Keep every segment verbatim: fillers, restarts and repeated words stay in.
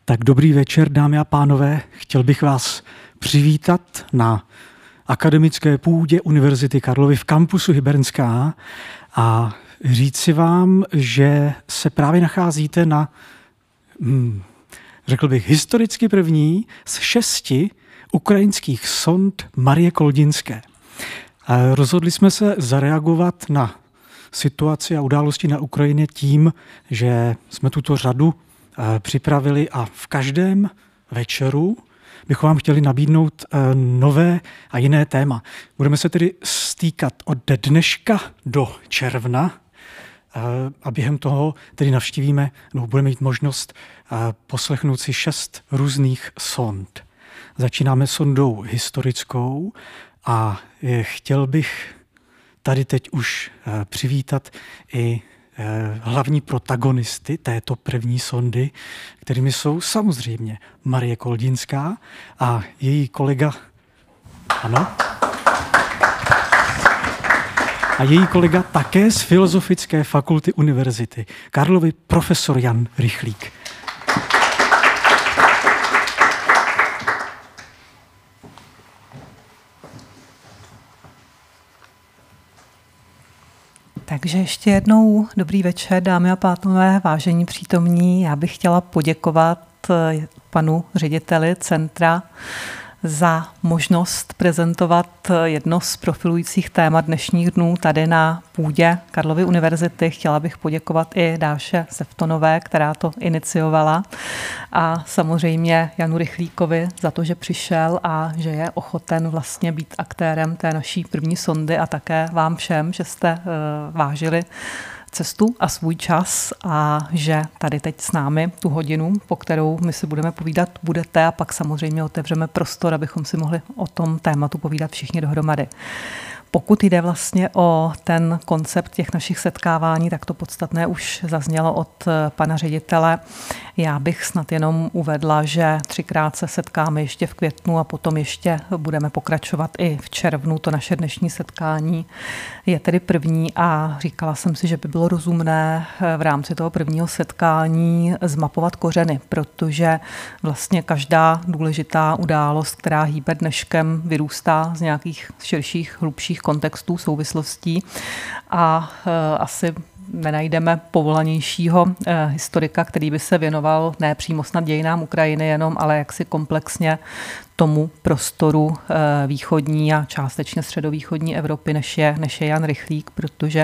Tak dobrý večer, dámy a pánové. Chtěl bych vás přivítat na akademické půdě Univerzity Karlovy v kampusu Hybernská a říci vám, že se právě nacházíte na, hm, řekl bych, historicky první z šesti ukrajinských sond Marie Koldinské. A rozhodli jsme se zareagovat na situaci a události na Ukrajině tím, že jsme tuto řadu připravili a v každém večeru bychom vám chtěli nabídnout nové a jiné téma. Budeme se tedy stýkat od dneška do června a během toho tedy navštívíme, nebo budeme mít možnost poslechnout si šest různých sond. Začínáme sondou historickou a chtěl bych tady teď už přivítat i hlavní protagonisty této první sondy, kterými jsou samozřejmě Marie Koldinská a její kolega, ano, a její kolega také z Filozofické fakulty Univerzity Karlovy, profesor Jan Rychlík. Takže ještě jednou dobrý večer, dámy a pánové, vážení přítomní. Já bych chtěla poděkovat panu řediteli centra za možnost prezentovat jedno z profilujících témat dnešních dnů tady na půdě Karlovy univerzity. Chtěla bych poděkovat i Dáše Seftonové, která to iniciovala, a samozřejmě Janu Rychlíkovi za to, že přišel a že je ochoten vlastně být aktérem té naší první sondy, a také vám všem, že jste uh, vážili cestu a svůj čas a že tady teď s námi tu hodinu, po kterou my si budeme povídat, budete, a pak samozřejmě otevřeme prostor, abychom si mohli o tom tématu povídat všichni dohromady. Pokud jde vlastně o ten koncept těch našich setkávání, tak to podstatné už zaznělo od pana ředitele. Já bych snad jenom uvedla, že třikrát se setkáme ještě v květnu a potom ještě budeme pokračovat i v červnu. To naše dnešní setkání je tedy první a říkala jsem si, že by bylo rozumné v rámci toho prvního setkání zmapovat kořeny, protože vlastně každá důležitá událost, která hýbe dneškem, vyrůstá z nějakých širších, hlubších kontextů, souvislostí a e, asi nenajdeme povolanějšího e, historika, který by se věnoval ne přímo snad dějinám Ukrajiny jenom, ale jaksi komplexně tomu prostoru e, východní a částečně středovýchodní Evropy, než je, než je Jan Rychlík, protože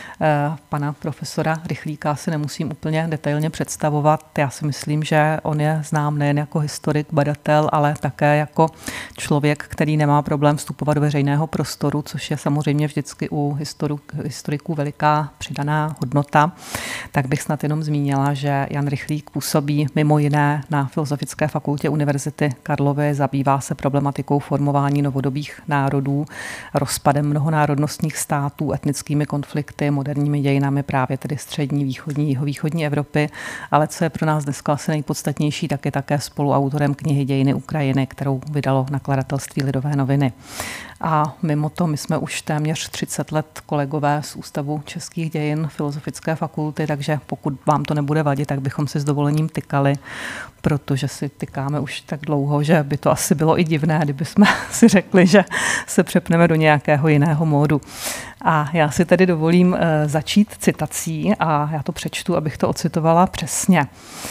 pana profesora Rychlíka si nemusím úplně detailně představovat. Já si myslím, že on je znám nejen jako historik, badatel, ale také jako člověk, který nemá problém vstupovat do veřejného prostoru, což je samozřejmě vždycky u historiků veliká přidaná hodnota. Tak bych snad jenom zmínila, že Jan Rychlík působí mimo jiné na Filozofické fakultě Univerzity Karlovy, zabývá se problematikou formování novodobých národů, rozpadem mnohonárodnostních států, etnickými konflikty, moderními dějinami právě tedy střední, východní, jihovýchodní Evropy, ale co je pro nás dneska asi nejpodstatnější, tak je také spoluautorem knihy Dějiny Ukrajiny, kterou vydalo nakladatelství Lidové noviny. A mimo to my jsme už téměř třicet let kolegové z Ústavu českých dějin Filozofické fakulty, takže pokud vám to nebude vadit, tak bychom si s dovolením tykali, protože si tykáme už tak dlouho, že by to asi bylo i divné, kdyby jsme si řekli, že se přepneme do nějakého jiného módu. A já si tedy dovolím začít citací a já to přečtu, abych to ocitovala přesně.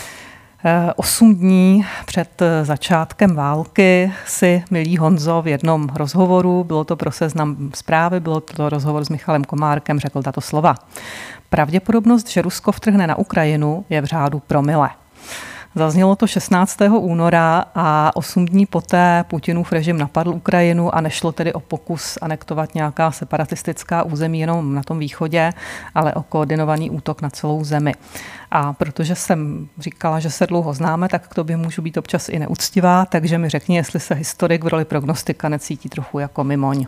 Osm dní před začátkem války si, milý Honzo, v jednom rozhovoru, bylo to pro Seznam Zprávy, bylo to rozhovor s Michalem Komárkem, řekl tato slova. Pravděpodobnost, že Rusko vtrhne na Ukrajinu, je v řádu promile. Zaznělo to šestnáctého února a osm dní poté Putinův režim napadl Ukrajinu a nešlo tedy o pokus anektovat nějaká separatistická území jenom na tom východě, ale o koordinovaný útok na celou zemi. A protože jsem říkala, že se dlouho známe, tak k tobě můžu být občas i neúctivá, takže mi řekni, jestli se historik v roli prognostika necítí trochu jako mimoň.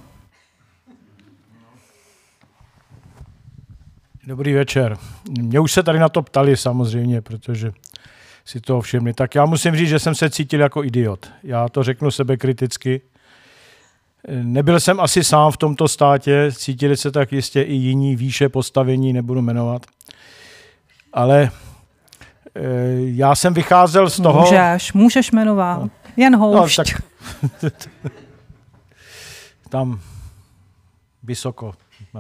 Dobrý večer. Mě už se tady na to ptali samozřejmě, protože si toho všimli. Tak já musím říct, že jsem se cítil jako idiot. Já to řeknu sebekriticky. Nebyl jsem asi sám v tomto státě, cítili se tak jistě i jiní výše postavení, nebudu jmenovat. Ale Já jsem vycházel z toho... Můžeš, můžeš jmenovat. No. Jen houšť. No, tak... Tam vysoko.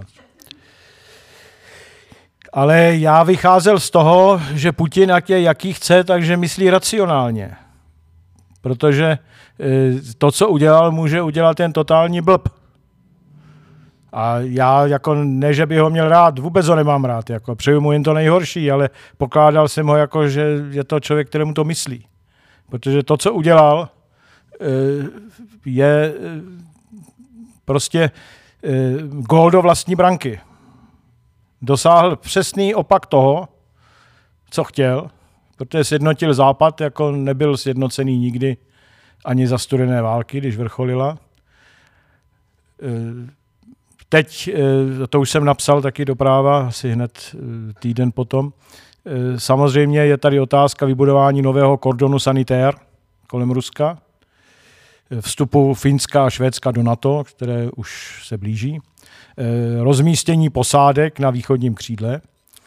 Ale já vycházel z toho, že Putin, jak je, jaký chce, takže myslí racionálně. Protože to, co udělal, může udělat ten totální blb. A já jako ne, že bych ho měl rád, vůbec ho nemám rád, jako přeju mu jen to nejhorší, ale pokládal jsem ho jako, že je to člověk, kterému to myslí. Protože to, co udělal, je prostě gól do vlastní branky. Dosáhl přesný opak toho, co chtěl, protože sjednotil Západ, jako nebyl sjednocený nikdy ani za studené války, když vrcholila. Teď, to už jsem napsal taky do Práva, asi hned týden potom, samozřejmě je tady otázka vybudování nového kordonu sanitér kolem Ruska, vstupu Finska a Švédska do NATO, které už se blíží, rozmístění posádek na východním křídle,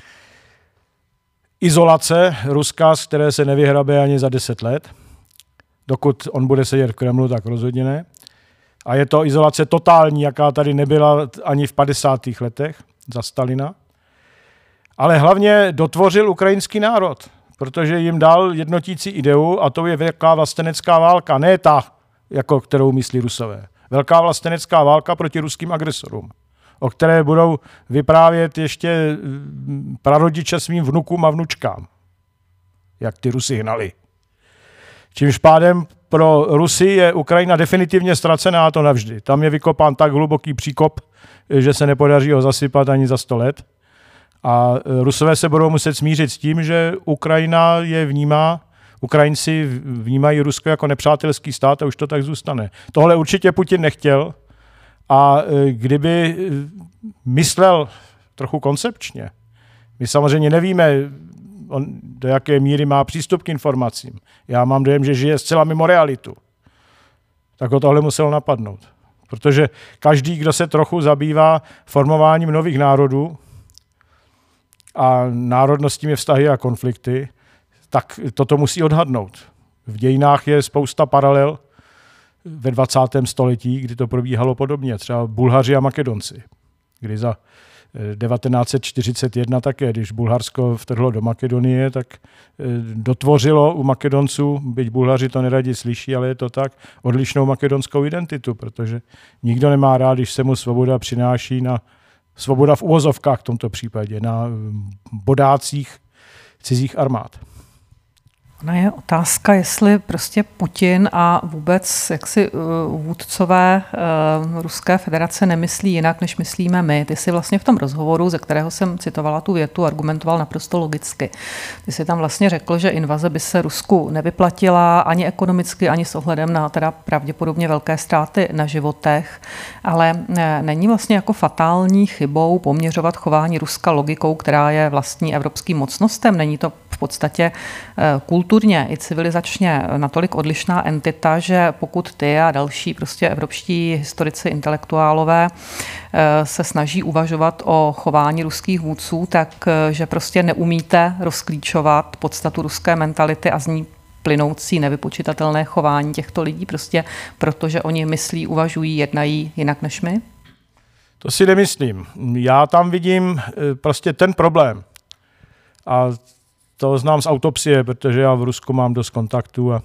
izolace Ruska, z které se nevyhrabe ani za deset let, dokud on bude sedět v Kremlu, tak rozhodně ne. A je to izolace totální, jaká tady nebyla ani v padesátých letech za Stalina. Ale hlavně dotvořil ukrajinský národ, protože jim dal jednotící ideu a to je velká vlastenecká válka, ne ta, jako kterou myslí Rusové. Velká vlastenecká válka proti ruským agresorům, o které budou vyprávět ještě prarodiče svým vnukům a vnučkám, jak ty Rusy hnali. Čímž pádem pro Rusy je Ukrajina definitivně ztracená, a to navždy. Tam je vykopán tak hluboký příkop, že se nepodaří ho zasypat ani za sto let. A Rusové se budou muset smířit s tím, že Ukrajina je vnímá, Ukrajinci vnímají Rusko jako nepřátelský stát a už to tak zůstane. Tohle určitě Putin nechtěl a kdyby myslel trochu koncepčně, my samozřejmě nevíme, on do jaké míry má přístup k informacím. Já mám dojem, že žije zcela mimo realitu. Tak ho tohle muselo napadnout. Protože každý, kdo se trochu zabývá formováním nových národů a národnostními vztahy a konflikty, tak toto musí odhadnout. V dějinách je spousta paralel ve dvacátém století, kdy to probíhalo podobně. Třeba Bulhaři a Makedonci, kdy za devatenáct set čtyřicet jedna také, když Bulharsko vtrhlo do Makedonie, tak dotvořilo u Makedonců, byť Bulhaři to neradi slyší, ale je to tak, odlišnou makedonskou identitu, protože nikdo nemá rád, když se mu svoboda přináší na svoboda v uvozovkách v tomto případě, na bodácích cizích armád. Ona je otázka, jestli prostě Putin a vůbec jaksi vůdcové uh, Ruské federace nemyslí jinak, než myslíme my. Ty jsi vlastně v tom rozhovoru, ze kterého jsem citovala tu větu, argumentoval naprosto logicky. Ty jsi tam vlastně řekl, že invaze by se Rusku nevyplatila ani ekonomicky, ani s ohledem na teda pravděpodobně velké ztráty na životech, ale není vlastně jako fatální chybou poměřovat chování Ruska logikou, která je vlastní evropským mocnostem. Není to v podstatě kulturně i civilizačně natolik odlišná entita, že pokud ty a další prostě evropští historici, intelektuálové se snaží uvažovat o chování ruských vůdců, tak že prostě neumíte rozklíčovat podstatu ruské mentality a z ní plynoucí nevypočitatelné chování těchto lidí, prostě protože oni myslí, uvažují, jednají jinak než my? To si nemyslím. Já tam vidím prostě ten problém. A to znám z autopsie, protože já v Rusku mám dost kontaktů a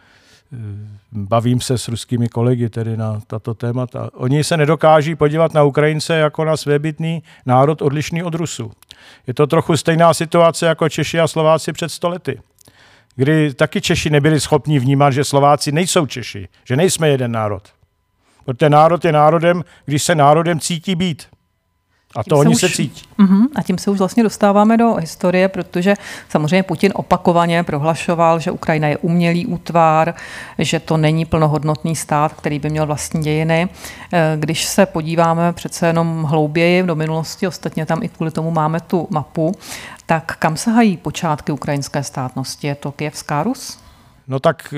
bavím se s ruskými kolegy tedy na tato témata. Oni se nedokáží podívat na Ukrajince jako na svébytný národ odlišný od Rusů. Je to trochu stejná situace jako Češi a Slováci před sto lety, kdy taky Češi nebyli schopni vnímat, že Slováci nejsou Češi, že nejsme jeden národ. Protože národ je národem, když se národem cítí být. A to oni se cítí. Uh-huh, a tím se už vlastně dostáváme do historie, protože samozřejmě Putin opakovaně prohlašoval, že Ukrajina je umělý útvar, že to není plnohodnotný stát, který by měl vlastní dějiny. Když se podíváme přece jenom hlouběji do minulosti, ostatně tam i kvůli tomu máme tu mapu, tak kam sahají počátky ukrajinské státnosti? Je to Kyjevská Rus? No tak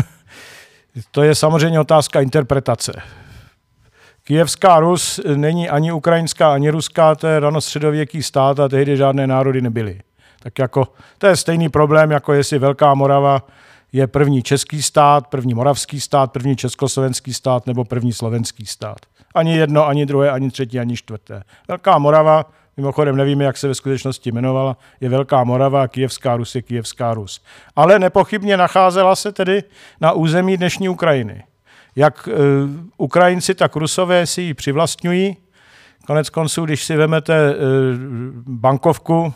to je samozřejmě otázka interpretace. Kyjevská Rus není ani ukrajinská, ani ruská, to je ranostředověký stát a tehdy žádné národy nebyly. Tak jako, to je stejný problém, jako jestli Velká Morava je první český stát, první moravský stát, první československý stát nebo první slovenský stát. Ani jedno, ani druhé, ani třetí, ani čtvrté. Velká Morava, mimochodem nevíme, jak se ve skutečnosti jmenovala, je Velká Morava a Kyjevská Rus je Kyjevská Rus. Ale nepochybně nacházela se tedy na území dnešní Ukrajiny. Jak uh, Ukrajinci, tak Rusové si ji přivlastňují. Konec konců, když si vezmete uh, bankovku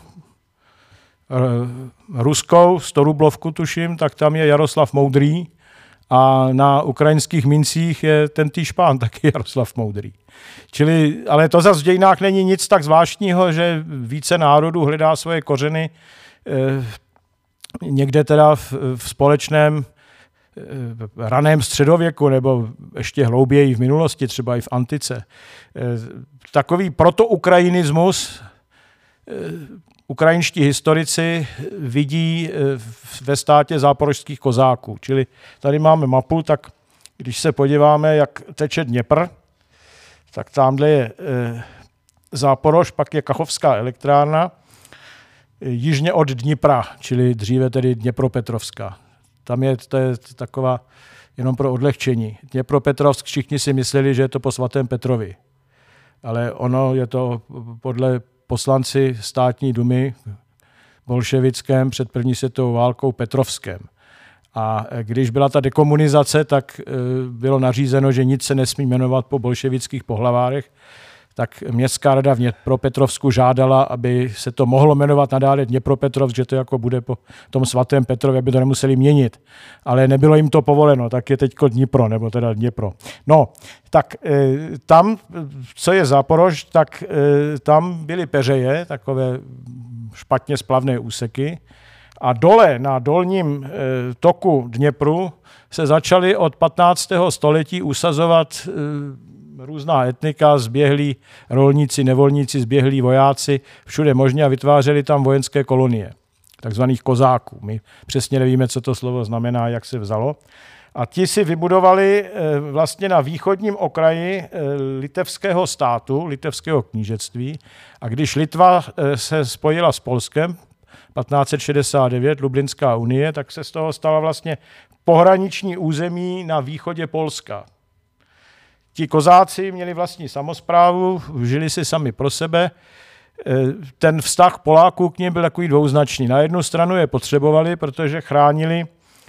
uh, ruskou, sto rublovku tuším, tak tam je Jaroslav Moudrý a na ukrajinských mincích je ten týž pán, taky Jaroslav Moudrý. Čili, ale to zase v dějinách není nic tak zvláštního, že více národů hledá svoje kořeny uh, někde teda v, v společném raném středověku nebo ještě hlouběji v minulosti, třeba i v antice. Takový protoukrajinismus ukrajinští historici vidí ve státě záporožských kozáků. Čili tady máme mapu, tak když se podíváme, jak teče Dněpr, tak tamhle je Záporož, pak je Kachovská elektrárna, jižně od Dnipra, čili dříve tedy Dněpropetrovská. Tam je, to je taková, jenom pro odlehčení. Dněpropetrovsk, všichni si mysleli, že je to po svatém Petrovi. Ale ono je to podle poslanci státní dumy bolševickém před první světovou válkou Petrovském. A když byla ta dekomunizace, tak bylo nařízeno, že nic se nesmí jmenovat po bolševických pohlavárech, tak městská rada v Dněpropetrovsku žádala, aby se to mohlo jmenovat nadále Dněpropetrovsk, že to jako bude po tom svatém Petrovi, aby to nemuseli měnit. Ale nebylo jim to povoleno, tak je teďko Dnipro, nebo teda Dněpro. No, tak e, tam, co je Záporož, tak e, tam byly peřeje, takové špatně splavné úseky. A dole na dolním e, toku Dněpru se začaly od patnáctého století usazovat e, různá etnika, zběhlí rolníci, nevolníci, zběhlí vojáci, všude možně a vytvářeli tam vojenské kolonie, takzvaných kozáků. My přesně nevíme, co to slovo znamená, jak se vzalo. A ti si vybudovali vlastně na východním okraji litevského státu, litevského knížectví. A když Litva se spojila s Polskem, patnáct set šedesát devět, Lublinská unie, tak se z toho stala vlastně pohraniční území na východě Polska. Ti kozáci měli vlastní samosprávu, žili si sami pro sebe. Ten vztah Poláků k nim byl takový dvouznačný. Na jednu stranu je potřebovali, protože chránili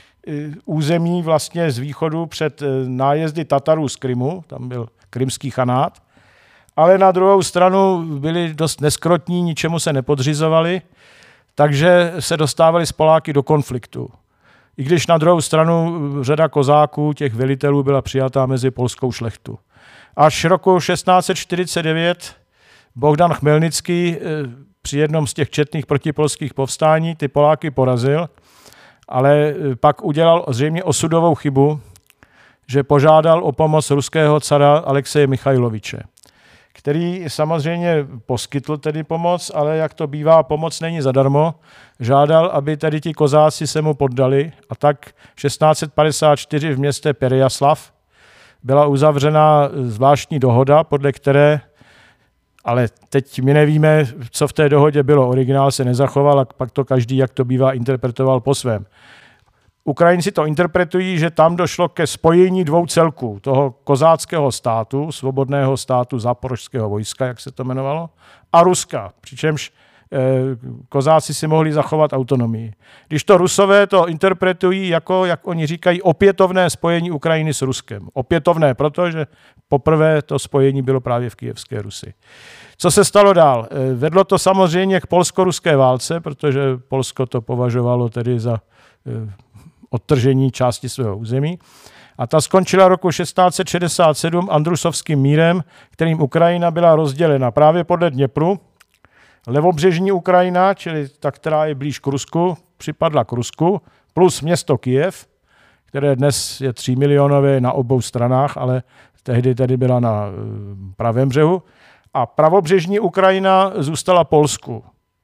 území vlastně z východu před nájezdy Tatarů z Krymu, tam byl krymský chanát, ale na druhou stranu byli dost neskrotní, ničemu se nepodřizovali, takže se dostávali s Poláky do konfliktu. I když na druhou stranu řada kozáků, těch velitelů, byla přijatá mezi polskou šlechtu. Až roku šestnáct set čtyřicet devět Bohdan Chmelnický při jednom z těch četných protipolských povstání ty Poláky porazil, ale pak udělal zřejmě osudovou chybu, že požádal o pomoc ruského cara Alexeje Michajloviče, který samozřejmě poskytl tedy pomoc, ale jak to bývá, pomoc není zadarmo. Žádal, aby tady ti kozáci se mu poddali a tak šestnáct set padesát čtyři v městě Perejaslav byla uzavřena zvláštní dohoda, podle které, ale teď my nevíme, co v té dohodě bylo. Originál se nezachoval a pak to každý, jak to bývá, interpretoval po svém. Ukrajinci to interpretují, že tam došlo ke spojení dvou celků, toho kozáckého státu, svobodného státu záporožského vojska, jak se to jmenovalo, a Ruska, přičemž eh, kozáci si mohli zachovat autonomii. Když to Rusové to interpretují jako, jak oni říkají, opětovné spojení Ukrajiny s Ruskem. Opětovné, protože poprvé to spojení bylo právě v Kyjevské Rusi. Co se stalo dál? Vedlo to samozřejmě k polsko-ruské válce, protože Polsko to považovalo tedy za eh, odtržení části svého území. A ta skončila roku šestnáct set šedesát sedm Andrusovským mírem, kterým Ukrajina byla rozdělena právě podle Dněpru. Levobřežní Ukrajina, čili ta, která je blíž k Rusku, připadla k Rusku, plus město Kyjev, které dnes je třímilionové na obou stranách, ale tehdy tedy byla na pravém břehu. A pravobřežní Ukrajina zůstala Polsku.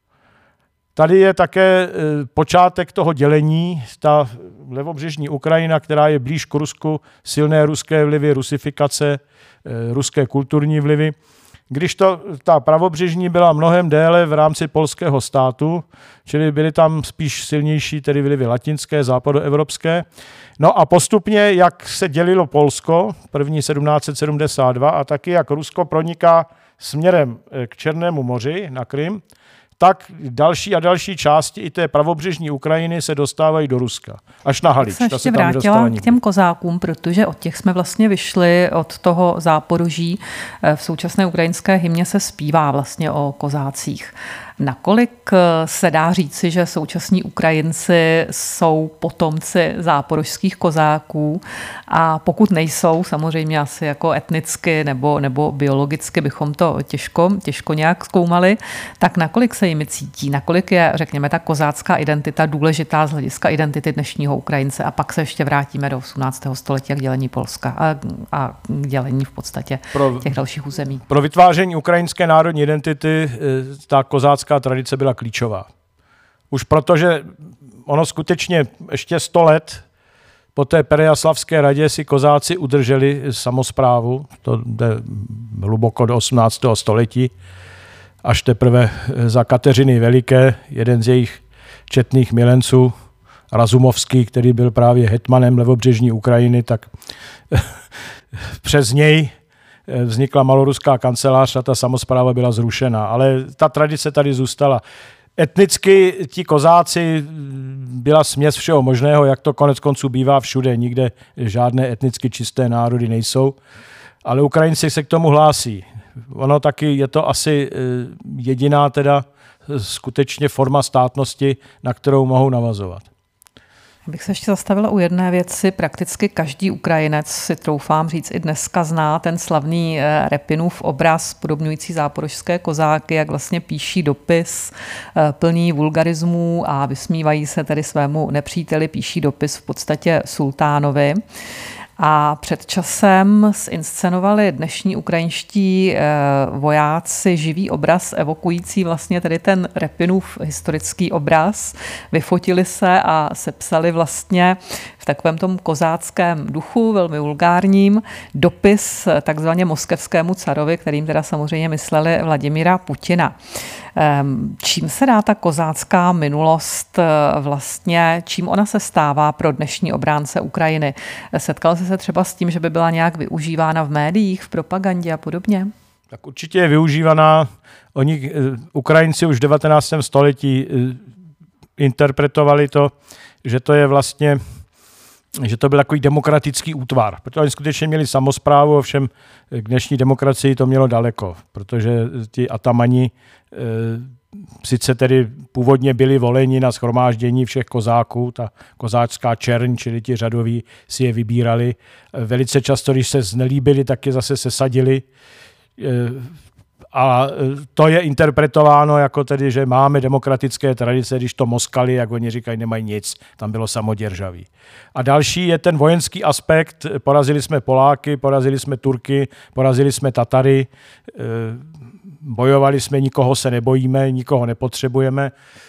Tady je také počátek toho dělení, ta levobřežní Ukrajina, která je blíž k Rusku, silné ruské vlivy, rusifikace, ruské kulturní vlivy, když to, ta pravobřežní byla mnohem déle v rámci polského státu, čili byly tam spíš silnější, tedy vlivy latinské, západoevropské. No a postupně, jak se dělilo Polsko, první sedmnáct set sedmdesát dva, a taky jak Rusko proniká směrem k Černému moři na Krym, tak další a další části i té pravobřežní Ukrajiny se dostávají do Ruska. Až na Halič. Se ještě vrátila k těm kozákům, protože od těch jsme vlastně vyšli, od toho Záporoží. V současné ukrajinské hymně se zpívá vlastně o kozácích. Nakolik se dá říci, že současní Ukrajinci jsou potomci záporožských kozáků, a pokud nejsou, samozřejmě asi jako etnicky nebo, nebo biologicky bychom to těžko, těžko nějak zkoumali, tak nakolik se jimi cítí, nakolik je, řekněme, ta kozácká identita důležitá z hlediska identity dnešního Ukrajince, a pak se ještě vrátíme do osmnáctého století a k dělení Polska a, a k dělení v podstatě pro, těch dalších území. Pro vytváření ukrajinské národní identity ta kozácká tradice byla klíčová. Už protože ono skutečně ještě sto let po té Perejaslavské radě si kozáci udrželi samosprávu, to jde hluboko do osmnáctého století, až teprve za Kateřiny Veliké, jeden z jejich četných milenců, Razumovský, který byl právě hetmanem levobřežní Ukrajiny, tak přes něj vznikla maloruská kancelář a ta samospráva byla zrušena. Ale ta tradice tady zůstala. Etnicky ti kozáci byla směs všeho možného, jak to konec konců bývá všude. Nikde žádné etnicky čisté národy nejsou. Ale Ukrajinci se k tomu hlásí. Ono taky je to asi jediná teda skutečně forma státnosti, na kterou mohou navazovat. Bych se ještě zastavila u jedné věci. Prakticky každý Ukrajinec, si troufám říct, i dneska zná ten slavný Repinův obraz podobňující záporožské kozáky, jak vlastně píší dopis plný vulgarismů a vysmívají se tedy svému nepříteli, píší dopis v podstatě sultánovi. A před časem zinscenovali dnešní ukrajinští vojáci živý obraz evokující vlastně tedy ten Repinův historický obraz. Vyfotili se a sepsali vlastně v takovém tom kozáckém duchu, velmi vulgárním, dopis takzvaně moskevskému carovi, kterým teda samozřejmě mysleli Vladimíra Putina. Čím se dá ta kozácká minulost vlastně, čím ona se stává pro dnešní obránce Ukrajiny? Setkal jsi se třeba s tím, že by byla nějak využívána v médiích, v propagandě a podobně? Tak určitě je využívaná. Oni, Ukrajinci, už v devatenáctém století interpretovali to, že to je vlastně, že to byl takový demokratický útvar. Protože oni skutečně měli samosprávu, ovšem k dnešní demokracii to mělo daleko, protože ti atamani e, sice tedy původně byli voleni na shromáždění všech kozáků, ta kozáčská čerň, čili ti řadoví si je vybírali. Velice často, když se znelíbili, tak je zase sesadili. E, A to je interpretováno jako tedy, že máme demokratické tradice, když to Moskali, jak oni říkají, nemají nic. Tam bylo samoděržaví. A další je ten vojenský aspekt. Porazili jsme Poláky, porazili jsme Turky, porazili jsme Tatary, bojovali jsme, nikoho se nebojíme, nikoho nepotřebujeme,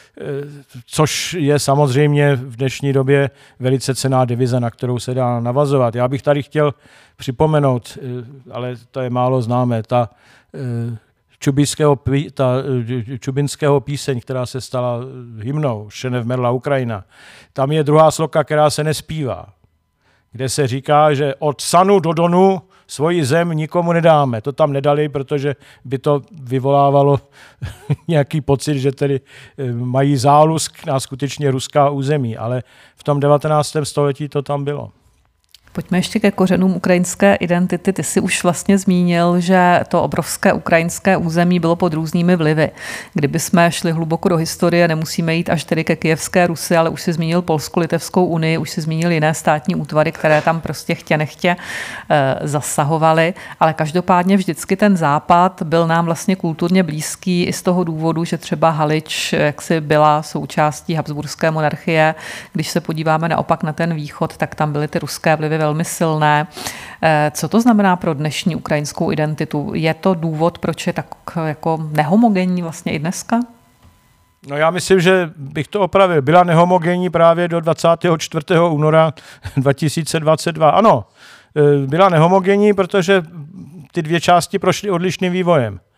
což je samozřejmě v dnešní době velice cenná devize, na kterou se dá navazovat. Já bych tady chtěl připomenout, ale to je málo známé, ta Čubinského, ta Čubinského píseň, která se stala hymnou, Šenev merla Ukrajina. Tam je druhá sloka, která se nespívá, kde se říká, že od Sanu do Donu svoji zem nikomu nedáme. To tam nedali, protože by to vyvolávalo nějaký pocit, že tedy mají zálusk na skutečně ruská území, ale v tom devatenáctém století to tam bylo. Pojďme ještě ke kořenům ukrajinské identity. Ty jsi už vlastně zmínil, že to obrovské ukrajinské území bylo pod různými vlivy. Kdyby jsme šli hluboko do historie, nemusíme jít až tedy ke Kyjevské Rusi, ale už si zmínil Polsko-Litevskou unii, už si zmínil jiné státní útvary, které tam prostě chtě nechtě e, zasahovaly. Ale každopádně vždycky ten západ byl nám vlastně kulturně blízký i z toho důvodu, že třeba Halič jaksi byla součástí habsburské monarchie. Když se podíváme naopak na ten východ, tak tam byly ty ruské vlivy velmi silné. Co to znamená pro dnešní ukrajinskou identitu? Je to důvod, proč je tak jako nehomogenní vlastně i dneska? No já myslím, že bych to opravil. Byla nehomogenní právě do dvacátého čtvrtého února dva tisíce dvacet dva. Ano, byla nehomogenní, protože ty dvě části prošly odlišným vývojem.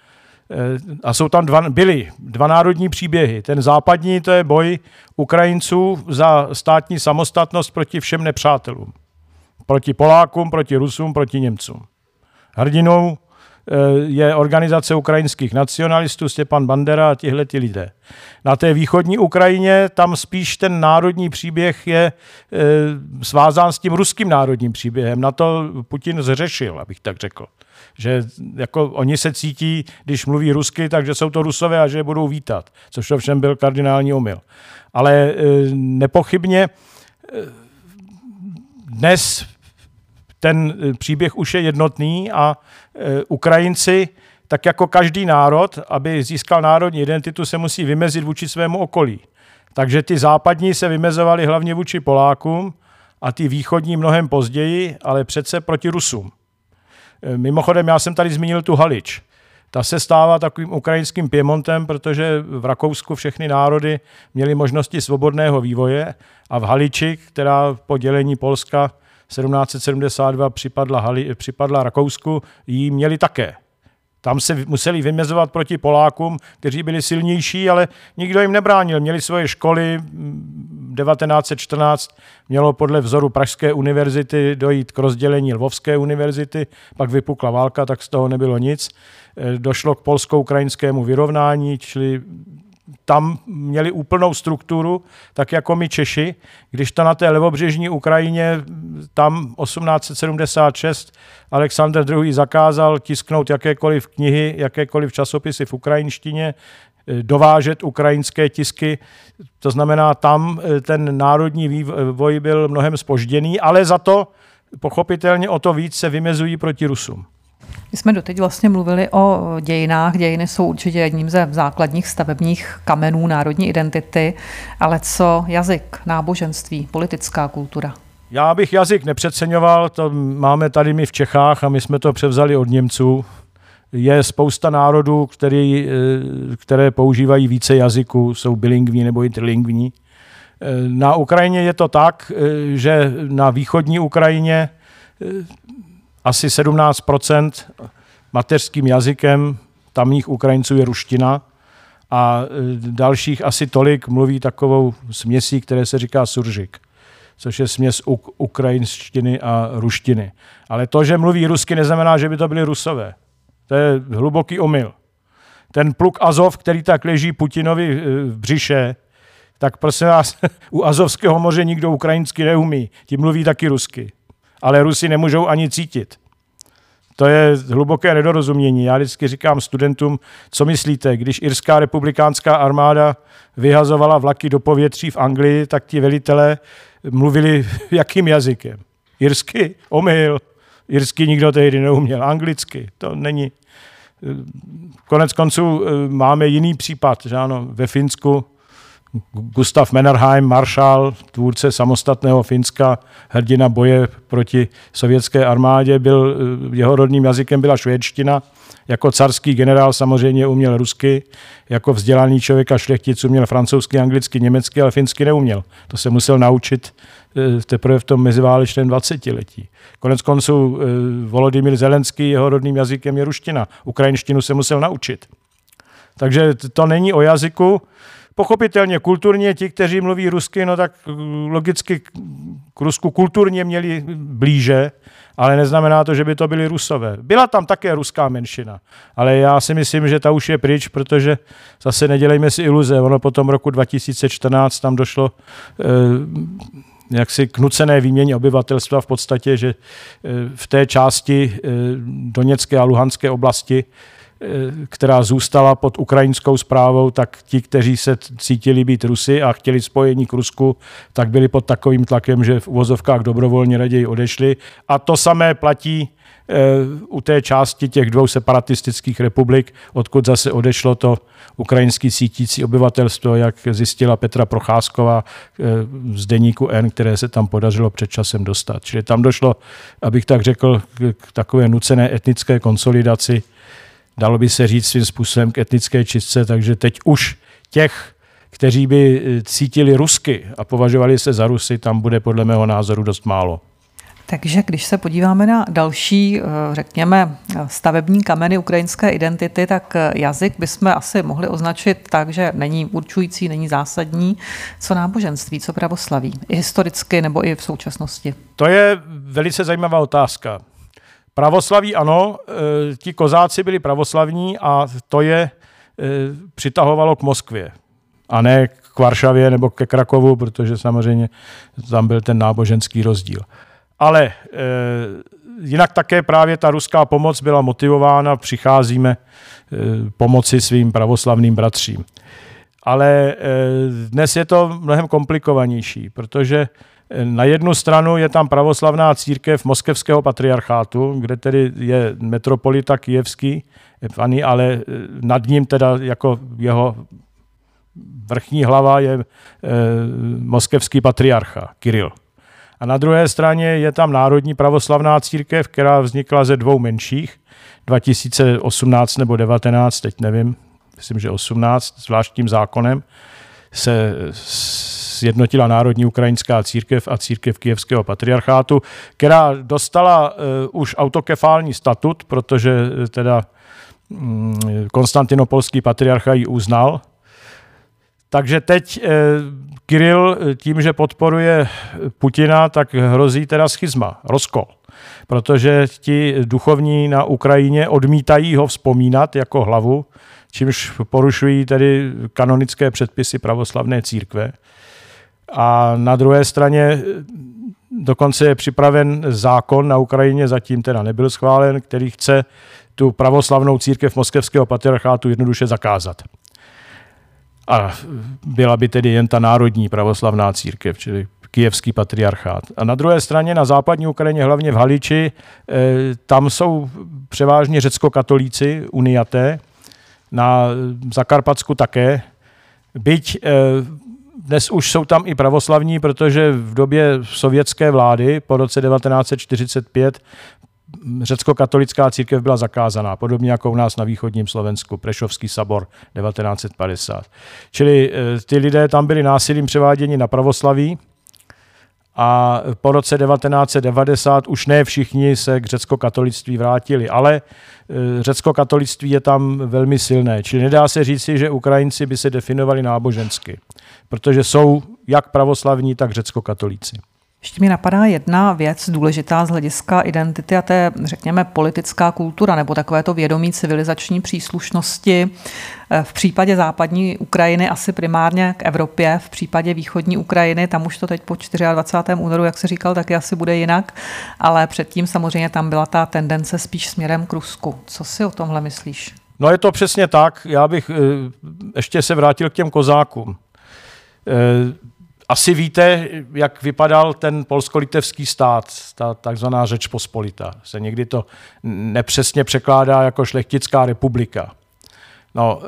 A jsou tam dva, byly dva národní příběhy. Ten západní, to je boj Ukrajinců za státní samostatnost proti všem nepřátelům. Proti Polákům, proti Rusům, proti Němcům. Hrdinou je organizace ukrajinských nacionalistů, Stepan Bandera a tihleti lidé. Na té východní Ukrajině tam spíš ten národní příběh je e, svázán s tím ruským národním příběhem. Na to Putin zřešil, abych tak řekl. Že jako oni se cítí, když mluví rusky, takže jsou to Rusové a že je budou vítat. Což to všem byl kardinální omyl. Ale e, nepochybně e, dnes ten příběh už je jednotný a e, Ukrajinci, tak jako každý národ, aby získal národní identitu, se musí vymezit vůči svému okolí. Takže ty západní se vymezovali hlavně vůči Polákům a ty východní mnohem později, ale přece proti Rusům. E, mimochodem, já jsem tady zmínil tu Halič. Ta se stává takovým ukrajinským Piemontem, protože v Rakousku všechny národy měly možnosti svobodného vývoje a v Haliči, která po dělení Polska sedmnáct set sedmdesát dva připadla, Hali, připadla Rakousku, ji měli také. Tam se museli vymezovat proti Polákům, kteří byli silnější, ale nikdo jim nebránil. Měli svoje školy, devatenáct set čtrnáct mělo podle vzoru Pražské univerzity dojít k rozdělení Lvovské univerzity, pak vypukla válka, tak z toho nebylo nic. Došlo k polsko-ukrajinskému vyrovnání, čili tam měli úplnou strukturu, tak jako my Češi, když to na té levobřežní Ukrajině, tam osmnáct set sedmdesát šest Alexandr druhý. zakázal tisknout jakékoliv knihy, jakékoliv časopisy v ukrajinštině, dovážet ukrajinské tisky. To znamená, tam ten národní vývoj byl mnohem zpožděný, ale za to pochopitelně o to víc se vymezují proti Rusům. My jsme doteď vlastně mluvili o dějinách. Dějiny jsou určitě jedním ze základních stavebních kamenů národní identity, ale co jazyk, náboženství, politická kultura? Já bych jazyk nepřeceňoval, to máme tady my v Čechách a my jsme to převzali od Němců. Je spousta národů, který, které používají více jazyků, jsou bilingvní nebo i trilingvní. Na Ukrajině je to tak, že na východní Ukrajině asi sedmnáct procent mateřským jazykem tamních Ukrajinců je ruština a dalších asi tolik mluví takovou směsí, které se říká suržik, což je směs uk- ukrajinštiny a ruštiny. Ale to, že mluví rusky, neznamená, že by to byli Rusové. To je hluboký omyl. Ten pluk Azov, který tak leží Putinovi v břiše, tak prosím vás, u Azovského moře nikdo ukrajinsky neumí. Ti mluví taky rusky. Ale Rusi nemůžou ani cítit. To je hluboké nedorozumění. Já vždycky říkám studentům, co myslíte, když irská republikánská armáda vyhazovala vlaky do povětří v Anglii, tak ti velitelé mluvili jakým jazykem? Irsky? Omyl. Irsky nikdo tehdy neuměl. Anglicky. To není. Konec konců máme jiný případ, že ano, ve Finsku Gustav Mannerheim, maršál, tvůrce samostatného Finska, hrdina boje proti sovětské armádě, byl, jeho rodným jazykem byla švédština. Jako carský generál samozřejmě uměl rusky, jako vzdělaný člověk a šlechtic uměl francouzsky, anglicky, německy, ale finsky neuměl. To se musel naučit teprve v tom meziválečném dvacetiletí. Konec konců Volodymyr Zelenský, jeho rodným jazykem je ruština. Ukrajinštinu se musel naučit. Takže to není o jazyku. Pochopitelně kulturně ti, kteří mluví rusky, no tak logicky k Rusku kulturně měli blíže, ale neznamená to, že by to byli Rusové. Byla tam také ruská menšina, ale já si myslím, že ta už je pryč, protože zase nedělejme si iluze. Ono po tom roku dva tisíce čtrnáct tam došlo eh, jaksi k nucené výměně obyvatelstva v podstatě, že eh, v té části eh, Doněcké a Luhanské oblasti, která zůstala pod ukrajinskou správou, tak ti, kteří se cítili být Rusy a chtěli spojení k Rusku, tak byli pod takovým tlakem, že v uvozovkách dobrovolně raději odešli. A to samé platí e, u té části těch dvou separatistických republik, odkud zase odešlo to ukrajinský cítící obyvatelstvo, jak zjistila Petra Procházková e, z deníku N, které se tam podařilo před časem dostat. Čili tam došlo, abych tak řekl, k takové nucené etnické konsolidaci. Dalo by se říct svým způsobem k etnické čistce, takže teď už těch, kteří by cítili rusky a považovali se za Rusy, tam bude podle mého názoru dost málo. Takže když se podíváme na další, řekněme, stavební kameny ukrajinské identity, tak jazyk bychom asi mohli označit tak, že není určující, není zásadní. Co náboženství, co pravoslaví? I historicky nebo i v současnosti? To je velice zajímavá otázka. Pravoslaví ano, ti kozáci byli pravoslavní a to je přitahovalo k Moskvě. A ne k Varšavě nebo ke Krakovu, protože samozřejmě tam byl ten náboženský rozdíl. Ale e, jinak také právě ta ruská pomoc byla motivována, přicházíme e, pomoci svým pravoslavným bratřím. Ale e, dnes je to mnohem komplikovanější, protože na jednu stranu je tam pravoslavná církev moskevského patriarchátu, kde tedy je metropolita kyjevský, ale nad ním teda jako jeho vrchní hlava je e, moskevský patriarcha Kiril. A na druhé straně je tam Národní pravoslavná církev, která vznikla ze dvou menších, dva tisíce osmnáct nebo devatenáct, teď nevím, myslím, že osmnáct, zvláštním zákonem se sjednotila Národní ukrajinská církev a církev kyjevského patriarchátu, která dostala uh, už autokefální statut, protože teda um, konstantinopolský patriarcha ji uznal. Takže teď eh, Kiril tím, že podporuje Putina, tak hrozí teda schizma, rozkol. Protože ti duchovní na Ukrajině odmítají ho vzpomínat jako hlavu, čímž porušují tedy kanonické předpisy pravoslavné církve. A na druhé straně dokonce je připraven zákon na Ukrajině, zatím teda nebyl schválen, který chce tu pravoslavnou církev moskevského patriarchátu jednoduše zakázat. A byla by tedy jen ta národní pravoslavná církev, čili kyjevský patriarchát. A na druhé straně na západní Ukrajině, hlavně v Haliči, tam jsou převážně řeckokatolíci, uniaté, na Zakarpatsku také. Byť dnes už jsou tam i pravoslavní, protože v době sovětské vlády po roce devatenáct set čtyřicet pět řecko-katolická církev byla zakázaná, podobně jako u nás na východním Slovensku, Prešovský sabor devatenáct set padesát. Čili ty lidé tam byli násilím převáděni na pravoslaví a po roce devatenáct set devadesát už ne všichni se k řecko-katolictví vrátili, ale řecko-katolictví je tam velmi silné. Čili nedá se říci, že Ukrajinci by se definovali nábožensky, protože jsou jak pravoslavní, tak řecko-katolíci. Ještě mi napadá jedna věc důležitá z hlediska identity a to je, řekněme, politická kultura nebo takovéto vědomí civilizační příslušnosti. V případě západní Ukrajiny asi primárně k Evropě, v případě východní Ukrajiny, tam už to teď po dvacátého čtvrtého únoru, jak se říkal, taky asi bude jinak, ale předtím samozřejmě tam byla ta tendence spíš směrem k Rusku. Co si o tomhle myslíš? No je to přesně tak. Já bych ještě se vrátil k těm kozákům. Asi víte, jak vypadal ten polsko-litevský stát, ta takzvaná Řeč pospolita. Se někdy to nepřesně překládá jako šlechtická republika. No,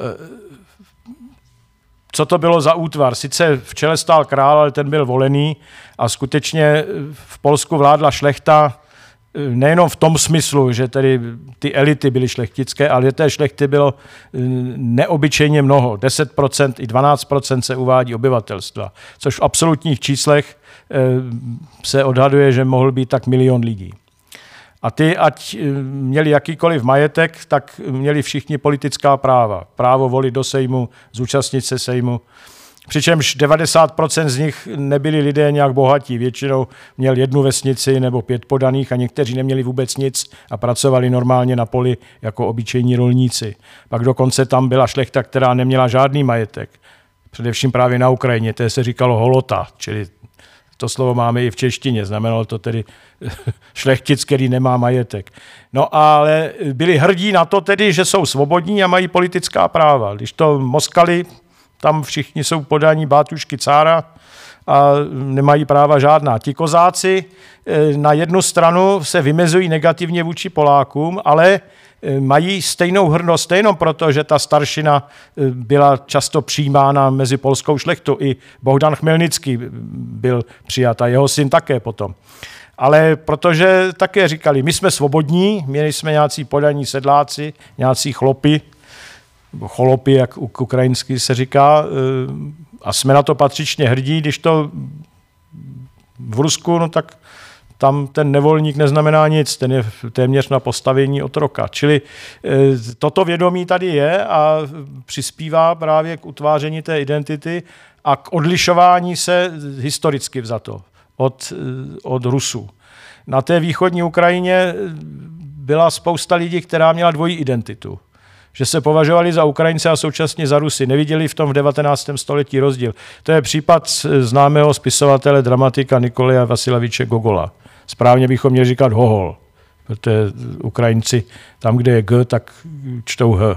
co to bylo za útvar? Sice v čele stál král, ale ten byl volený a skutečně v Polsku vládla šlechta nejenom v tom smyslu, že tedy ty elity byly šlechtické, ale té šlechty bylo neobyčejně mnoho. deset procent i dvanáct procent se uvádí obyvatelstva, což v absolutních číslech se odhaduje, že mohl být tak milion lidí. A ty, ať měli jakýkoliv majetek, tak měli všichni politická práva. Právo volit do sejmu, zúčastnit se sejmu. Přičemž devadesát procent z nich nebyli lidé nějak bohatí. Většinou měl jednu vesnici nebo pět podaných a někteří neměli vůbec nic a pracovali normálně na poli jako obyčejní rolníci. Pak dokonce tam byla šlechta, která neměla žádný majetek. Především právě na Ukrajině, to se říkalo holota, čili to slovo máme i v češtině, znamenalo to tedy šlechtic, který nemá majetek. No ale byli hrdí na to tedy, že jsou svobodní a mají politická práva. Když to Moskali, tam všichni jsou podání bátušky cára a nemají práva žádná. Ti kozáci na jednu stranu se vymezují negativně vůči Polákům, ale mají stejnou hrdost, nejenom proto, že ta staršina byla často přijímána mezi polskou šlechtou. I Bohdan Chmelnický byl přijat a jeho syn také potom. Ale protože také říkali, my jsme svobodní, měli jsme nějací podaní sedláci, nějací chlopy, cholopy, jak ukrajinsky se říká, a jsme na to patřičně hrdí, když to v Rusku, no tak tam ten nevolník neznamená nic, ten je téměř na postavení otroka. Čili toto vědomí tady je a přispívá právě k utváření té identity a k odlišování se historicky vzato od, od Rusů. Na té východní Ukrajině byla spousta lidí, která měla dvojí identitu. Že se považovali za Ukrajince a současně za Rusy. Neviděli v tom v devatenáctém století rozdíl. To je případ známého spisovatele, dramatika Nikolaje Vasileviče Gogola. Správně bychom měli říkat Hohol, protože Ukrajinci tam, kde je G, tak čtou H.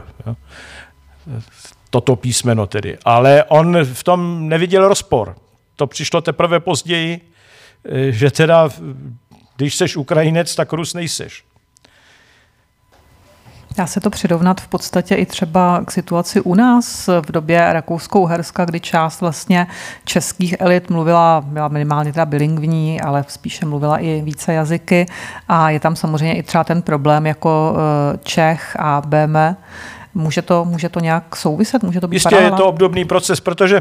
Toto písmeno tedy. Ale on v tom neviděl rozpor. To přišlo teprve později, že teda, když seš Ukrajinec, tak Rus nejseš. Dá se to přirovnat v podstatě i třeba k situaci u nás v době Rakousko-Uherska, kdy část vlastně českých elit mluvila, byla minimálně teda bilingvní, ale spíše mluvila i více jazyky a je tam samozřejmě i třeba ten problém jako Čech a B M E. Může to, může to nějak souviset? Může to být Jistě paralela? Je to obdobný proces, protože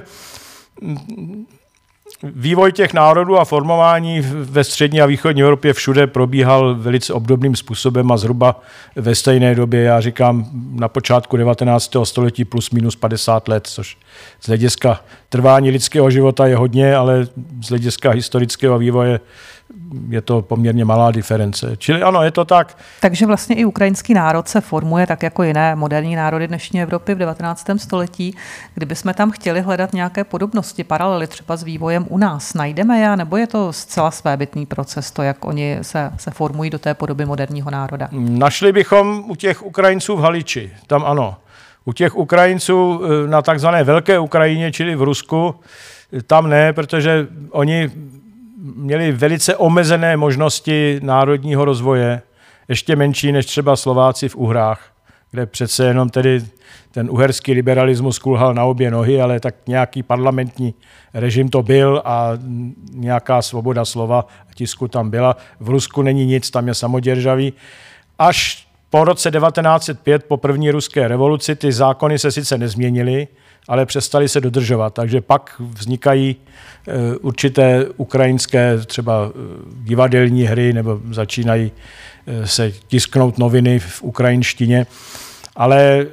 vývoj těch národů a formování ve střední a východní Evropě všude probíhal velice obdobným způsobem a zhruba ve stejné době, já říkám na počátku devatenáctého století plus minus padesát let, což z hlediska trvání lidského života je hodně, ale z hlediska historického vývoje je to poměrně malá diference. Čili ano, je to tak. Takže vlastně i ukrajinský národ se formuje tak jako jiné moderní národy dnešní Evropy v devatenáctém století. Kdybychom tam chtěli hledat nějaké podobnosti, paralely třeba s vývojem u nás, najdeme je, nebo je to zcela svébytný proces, to, jak oni se, se formují do té podoby moderního národa? Našli bychom u těch Ukrajinců v Haliči, tam ano. U těch Ukrajinců na takzvané Velké Ukrajině, čili v Rusku, tam ne, protože oni měli velice omezené možnosti národního rozvoje, ještě menší než třeba Slováci v Uhrách, kde přece jenom tedy ten uherský liberalismus kulhal na obě nohy, ale tak nějaký parlamentní režim to byl a nějaká svoboda slova a tisku tam byla. V Rusku není nic, tam je samoděržavý. Až po roce devatenáct set pět, po první ruské revoluci, ty zákony se sice nezměnily, ale přestali se dodržovat. Takže pak vznikají určité ukrajinské třeba divadelní hry nebo začínají se tisknout noviny v ukrajinštině. Ale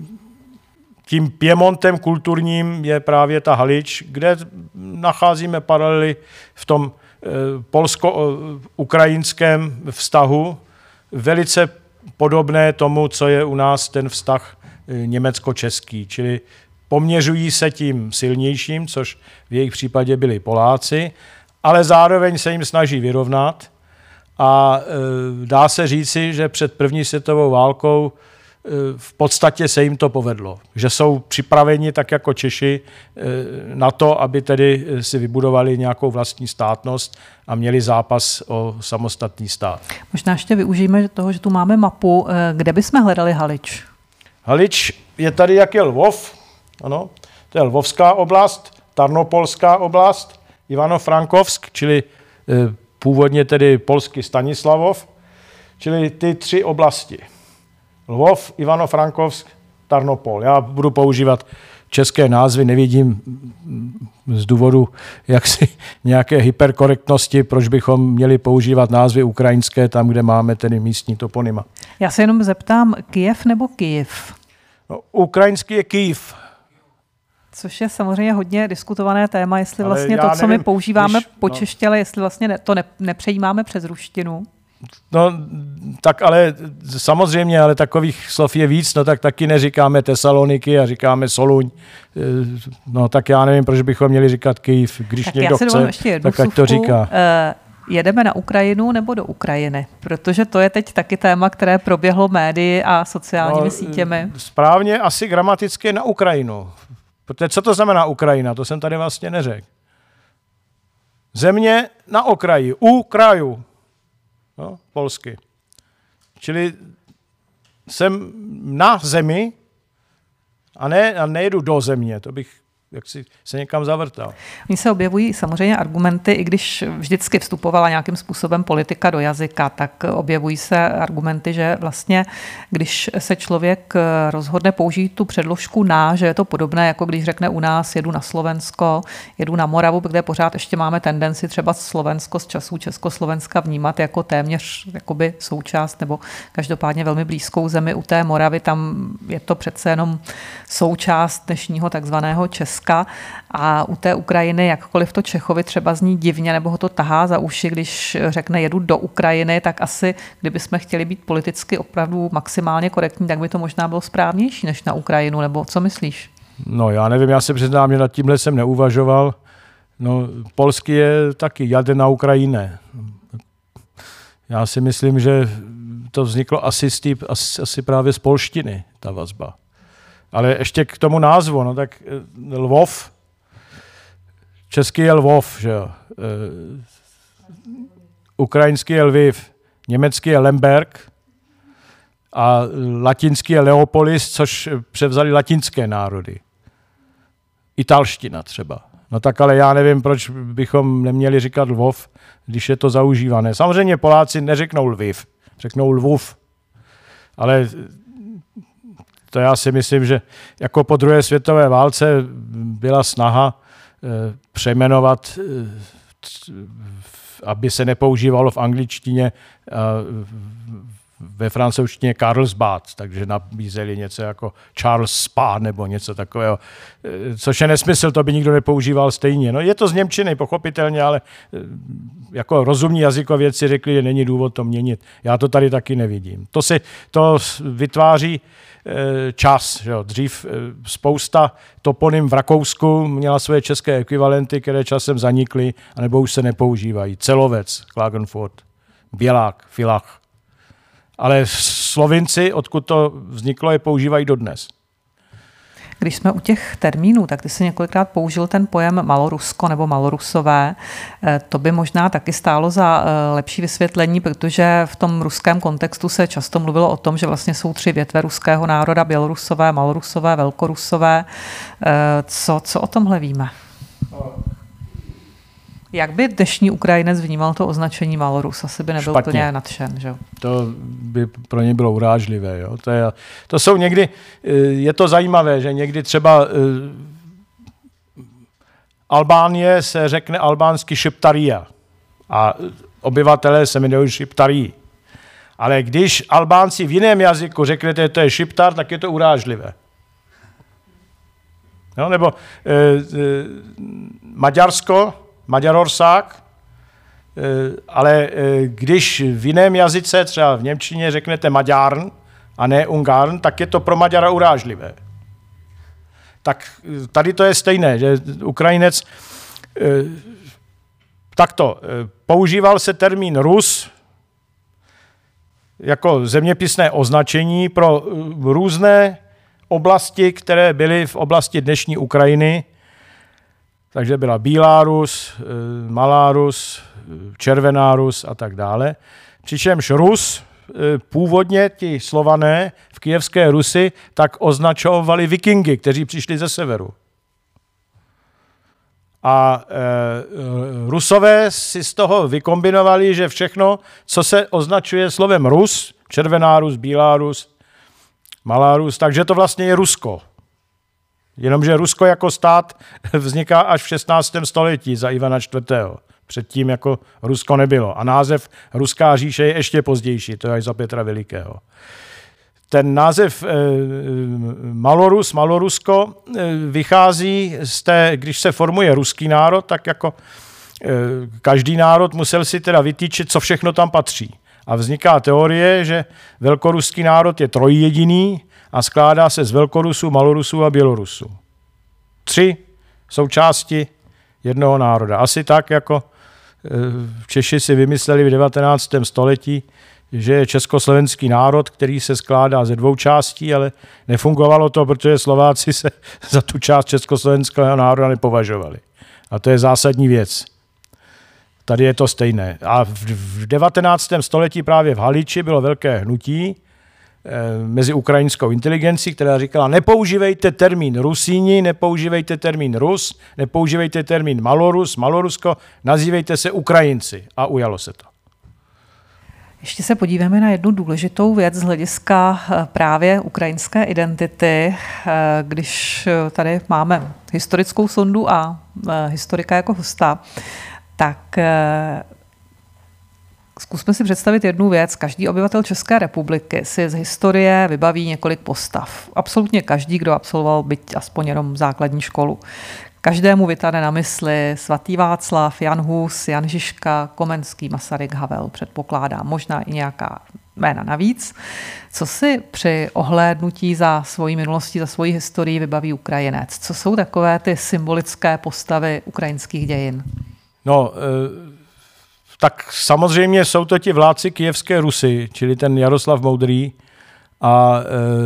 tím Piemontem kulturním je právě ta Halič, kde nacházíme paralely v tom polsko-ukrajinském vztahu, velice podobné tomu, co je u nás ten vztah německo-český, čili poměřují se tím silnějším, což v jejich případě byli Poláci, ale zároveň se jim snaží vyrovnat a e, dá se říci, že před první světovou válkou e, v podstatě se jim to povedlo. Že jsou připraveni tak jako Češi e, na to, aby tedy si vybudovali nějakou vlastní státnost a měli zápas o samostatný stát. Možná ještě využijeme toho, že tu máme mapu. Kde bychom hledali Halič? Halič je tady, jak je Lvov. Ano, to je Lvovská oblast, Tarnopolská oblast, Ivano-Frankovsk, čili e, původně tedy polský Stanislavov, čili ty tři oblasti. Lvov, Ivano-Frankovsk, Tarnopol. Já budu používat české názvy, nevidím z důvodu jaksi nějaké hyperkorektnosti, proč bychom měli používat názvy ukrajinské tam, kde máme tedy místní toponyma. Já se jenom zeptám, Kyjev nebo Kyjev? No, ukrajinský je Kyjev. Což je samozřejmě hodně diskutované téma, jestli ale vlastně to, co nevím, my používáme když, po no. čeště, ale jestli vlastně ne, to ne, nepřejímáme přes ruštinu. No, tak ale samozřejmě, ale takových slov je víc, no tak taky neříkáme Tesaloniky a říkáme Soluň. No tak já nevím, proč bychom měli říkat Kyjev, když tak někdo chce, tak ať to říká. Uh, jedeme na Ukrajinu nebo do Ukrajiny? Protože to je teď taky téma, které proběhlo médii a sociálními no, sítěmi. Správně asi gramaticky na Ukrajinu. Protože co to znamená Ukrajina? To jsem tady vlastně neřekl. Země na okraji, u kraju. No, polsky. Čili jsem na zemi a, ne, a nejedu do země. To bych jak si se někam zavrtal. Oni se objevují samozřejmě argumenty, i když vždycky vstupovala nějakým způsobem politika do jazyka, tak objevují se argumenty, že vlastně, když se člověk rozhodne použít tu předložku na, že je to podobné, jako když řekne u nás jedu na Slovensko, jedu na Moravu, kde pořád ještě máme tendenci třeba Slovensko z časů Československa vnímat jako téměř jakoby součást nebo každopádně velmi blízkou zemi. U té Moravy tam je to přece jenom součást dnešního takzvaného Česka a u té Ukrajiny, jakkoliv to Čechovi třeba zní divně nebo ho to tahá za uši, když řekne jedu do Ukrajiny, tak asi, kdybychom chtěli být politicky opravdu maximálně korektní, tak by to možná bylo správnější než na Ukrajinu, nebo co myslíš? No já nevím, já se přiznám, že nad tímhle jsem neuvažoval. No polský je taky jade na Ukrajině. Já si myslím, že to vzniklo asi, z tý, asi, asi právě z polštiny, ta vazba. Ale ještě k tomu názvu, no tak Lvov, český je Lvov, že jo. E, ukrajinský je Lviv, německý je Lemberg a latinský je Leopolis, což převzali latinské národy. Italština třeba. No tak ale já nevím, proč bychom neměli říkat Lvov, když je to zaužívané. Samozřejmě Poláci neřeknou Lviv, řeknou Lvov. Ale to já si myslím, že jako po druhé světové válce byla snaha e, přejmenovat, e, aby se nepoužívalo v angličtině, e, ve francouzštině Carlsbad, takže nabízeli něco jako Charles Spa nebo něco takového, e, což je nesmysl, to by nikdo nepoužíval stejně. No je to z němčiny, pochopitelně, ale e, jako rozumní jazykovědci řekli, že není důvod to měnit. Já to tady taky nevidím. To si to vytváří čas. Že jo. Dřív spousta toponym v Rakousku měla své české ekvivalenty, které časem zanikly, anebo už se nepoužívají. Celovec, Klagenfurt, Bělák, Villach. Ale Slovinci, odkud to vzniklo, je používají dodnes. Když jsme u těch termínů, tak ty jsi několikrát použil ten pojem Malorusko nebo Malorusové. To by možná taky stálo za lepší vysvětlení, protože v tom ruském kontextu se často mluvilo o tom, že vlastně jsou tři větve ruského národa, Bělorusové, Malorusové, Velkorusové. Co, co o tomhle víme? Jak by dnešní Ukrajinec vnímal to označení Malorus? Asi by nebyl Špatně. Úplně nadšen, že? To by pro ně bylo urážlivé. Jo? To, je, to jsou někdy, je to zajímavé, že někdy třeba uh, Albánie se řekne albánsky Šiptaria a obyvatelé se jmenují Šiptarí. Ale když Albánci v jiném jazyku řeknete, že to je Šiptar, tak je to urážlivé. No, nebo uh, uh, Maďarsko, Maďarország, ale když v jiném jazyce, třeba v němčině, řeknete Maďarn a ne Ungarn, tak je to pro Maďara urážlivé. Tak tady to je stejné, že Ukrajinec takto používal se termín Rus jako zeměpisné označení pro různé oblasti, které byly v oblasti dnešní Ukrajiny. Takže byla Bílá Rus, Malá Rus, Červená Rus a tak dále. Přičemž Rus, původně ti Slované v Kyjevské Rusi, tak označovali vikingy, kteří přišli ze severu. A e, Rusové si z toho vykombinovali, že všechno, co se označuje slovem Rus, Červená Rus, Bílá Rus, Malá Rus, takže to vlastně je Rusko. Jenomže Rusko jako stát vzniká až v šestnáctém století za Ivana čtvrtého. Předtím jako Rusko nebylo. A název Ruská říše je ještě pozdější, to je až za Petra Velikého. Ten název e, Malorus, Malorusko e, vychází z té, když se formuje ruský národ, tak jako e, každý národ musel si teda vytýčit, co všechno tam patří. A vzniká teorie, že velkoruský národ je trojjediný a skládá se z Velkorusů, Malorusů a Bělorusů. Tři součásti jednoho národa. Asi tak, jako Češi si vymysleli v devatenáctém století, že je československý národ, který se skládá ze dvou částí, ale nefungovalo to, protože Slováci se za tu část československého národa nepovažovali. A to je zásadní věc. Tady je to stejné. A v devatenáctém století právě v Haliči bylo velké hnutí mezi ukrajinskou inteligencí, která říkala, nepoužívejte termín Rusíni, nepoužívejte termín Rus, nepoužívejte termín Malorus, Malorusko, nazývejte se Ukrajinci. A ujalo se to. Ještě se podíváme na jednu důležitou věc z hlediska právě ukrajinské identity. Když tady máme historickou sondu a historika jako hosta, tak zkusme si představit jednu věc. Každý obyvatel České republiky si z historie vybaví několik postav. Absolutně každý, kdo absolvoval byť aspoň jenom základní školu. Každému vytane na mysli svatý Václav, Jan Hus, Jan Žižka, Komenský, Masaryk, Havel, předpokládám, možná i nějaká jména navíc. Co si při ohlédnutí za svojí minulostí, za svoji historii vybaví Ukrajinec? Co jsou takové ty symbolické postavy ukrajinských dějin? No, e, tak samozřejmě jsou to ti vládci Kyjevské Rusy, čili ten Jaroslav Moudrý a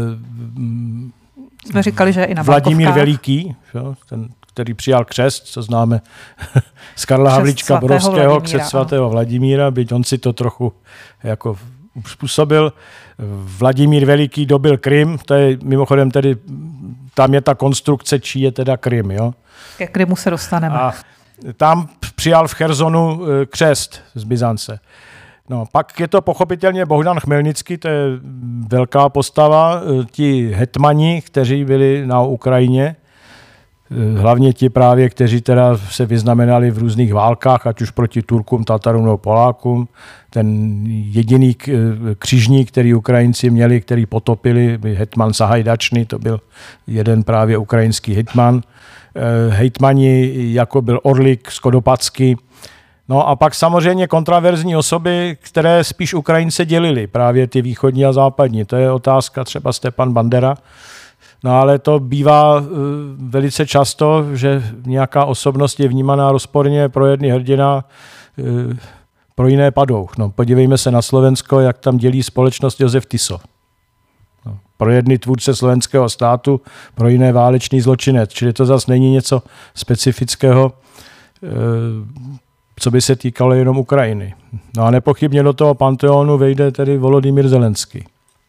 e, jsme říkali, že i na Vladimír Veliký, jo, ten, který přijal křest, co známe z Karla křest Havlíčka Borovského, křest svatého Vladimíra, byť on si to trochu jako způsobil. Vladimír Veliký dobil Krym, to je mimochodem tedy, tam je ta konstrukce, čí je teda Krym. Jo? Ke Krymu se dostaneme. A tam přijal v Chersonu křest z Byzance. No, pak je to pochopitelně Bohdan Chmelnický, to je velká postava, ti hetmani, kteří byli na Ukrajině, hlavně ti právě, kteří teda se vyznamenali v různých válkách, ať už proti Turkům, Tatarům nebo Polákům. Ten jediný křižník, který Ukrajinci měli, který potopili, hetman Sahajdačný, to byl jeden právě ukrajinský hetman. Hejtmani, jako byl Orlik, Skodopacky. No a pak samozřejmě kontraverzní osoby, které spíš Ukrajince dělili, právě ty východní a západní. To je otázka třeba Stepan Bandera. No ale to bývá uh, velice často, že nějaká osobnost je vnímaná rozporně pro jedny hrdina, uh, pro jiné padou. No, podívejme se na Slovensko, jak tam dělí společnost Josef Tiso. No, pro jedny tvůrce slovenského státu, pro jiné válečný zločinec. Čili to zase není něco specifického, uh, co by se týkalo jenom Ukrajiny. No a nepochybně do toho panteonu vejde tedy Volodymyr Zelenský.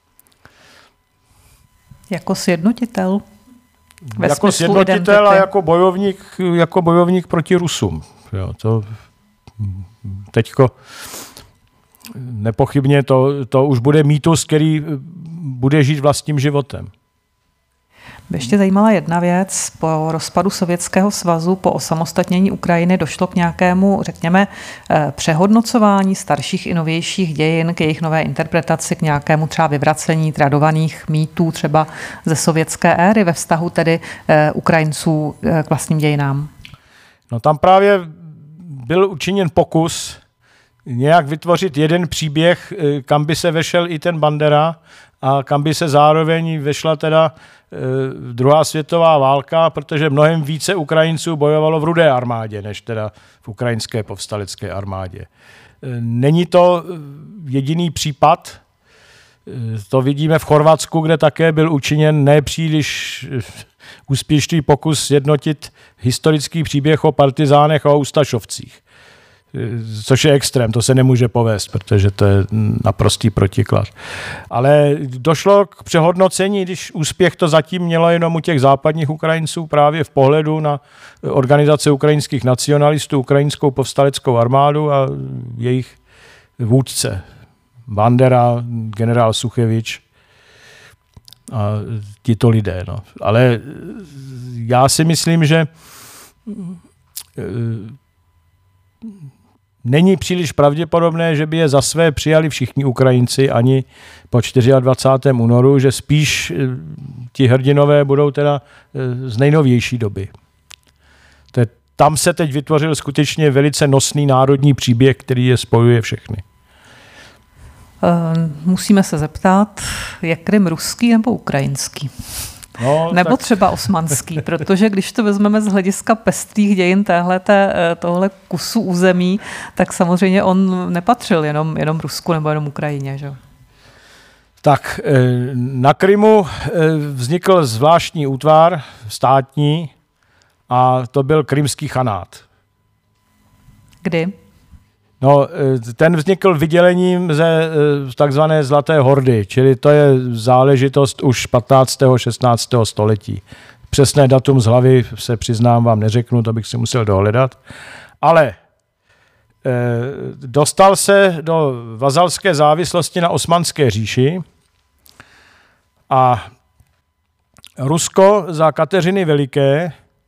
Jako sjednotitel? Jako sjednotitel identity. A jako bojovník, jako bojovník proti Rusům. Jo, to teďko nepochybně to, to už bude mýtus, který bude žít vlastním životem. By ještě zajímala jedna věc. Po rozpadu Sovětského svazu, po osamostatnění Ukrajiny došlo k nějakému, řekněme, přehodnocování starších i novějších dějin, k jejich nové interpretaci, k nějakému třeba vyvracení tradovaných mýtů třeba ze sovětské éry ve vztahu tedy Ukrajinců k vlastním dějinám? No tam právě byl učiněn pokus nějak vytvořit jeden příběh, kam by se vešel i ten Bandera a kam by se zároveň vešla teda druhá světová válka, protože mnohem více Ukrajinců bojovalo v Rudé armádě, než teda v ukrajinské povstalecké armádě. Není to jediný případ, to vidíme v Chorvatsku, kde také byl učiněn nepříliš úspěšný pokus sjednotit historický příběh o partizánech a o ustašovcích. Což je extrém, to se nemůže povést, protože to je naprostý protiklad. Ale došlo k přehodnocení, když úspěch to zatím mělo jenom u těch západních Ukrajinců právě v pohledu na organizace ukrajinských nacionalistů, ukrajinskou povstaleckou armádu a jejich vůdce. Bandera, generál Suchevič a tito lidé. No. Ale já si myslím, že není příliš pravděpodobné, že by je za své přijali všichni Ukrajinci ani po dvacátého čtvrtého únoru, že spíš ti hrdinové budou teda z nejnovější doby. Tam se teď vytvořil skutečně velice nosný národní příběh, který je spojuje všechny. Musíme se zeptat, je Krym ruský nebo ukrajinský? No, nebo tak... třeba osmanský, protože když to vezmeme z hlediska pestrých dějin téhleté, tohle kusu území, tak samozřejmě on nepatřil jenom, jenom Rusku nebo jenom Ukrajině. Že? Tak na Krymu vznikl zvláštní útvar státní a to byl krymský chanát. Kdy? No, ten vznikl vydělením ze takzvané Zlaté hordy, čili to je záležitost už patnáctého šestnáctého století. Přesné datum z hlavy se přiznám vám neřeknu, to bych si musel dohledat. Ale e, dostal se do vazalské závislosti na Osmanské říši a Rusko za Kateřiny Veliké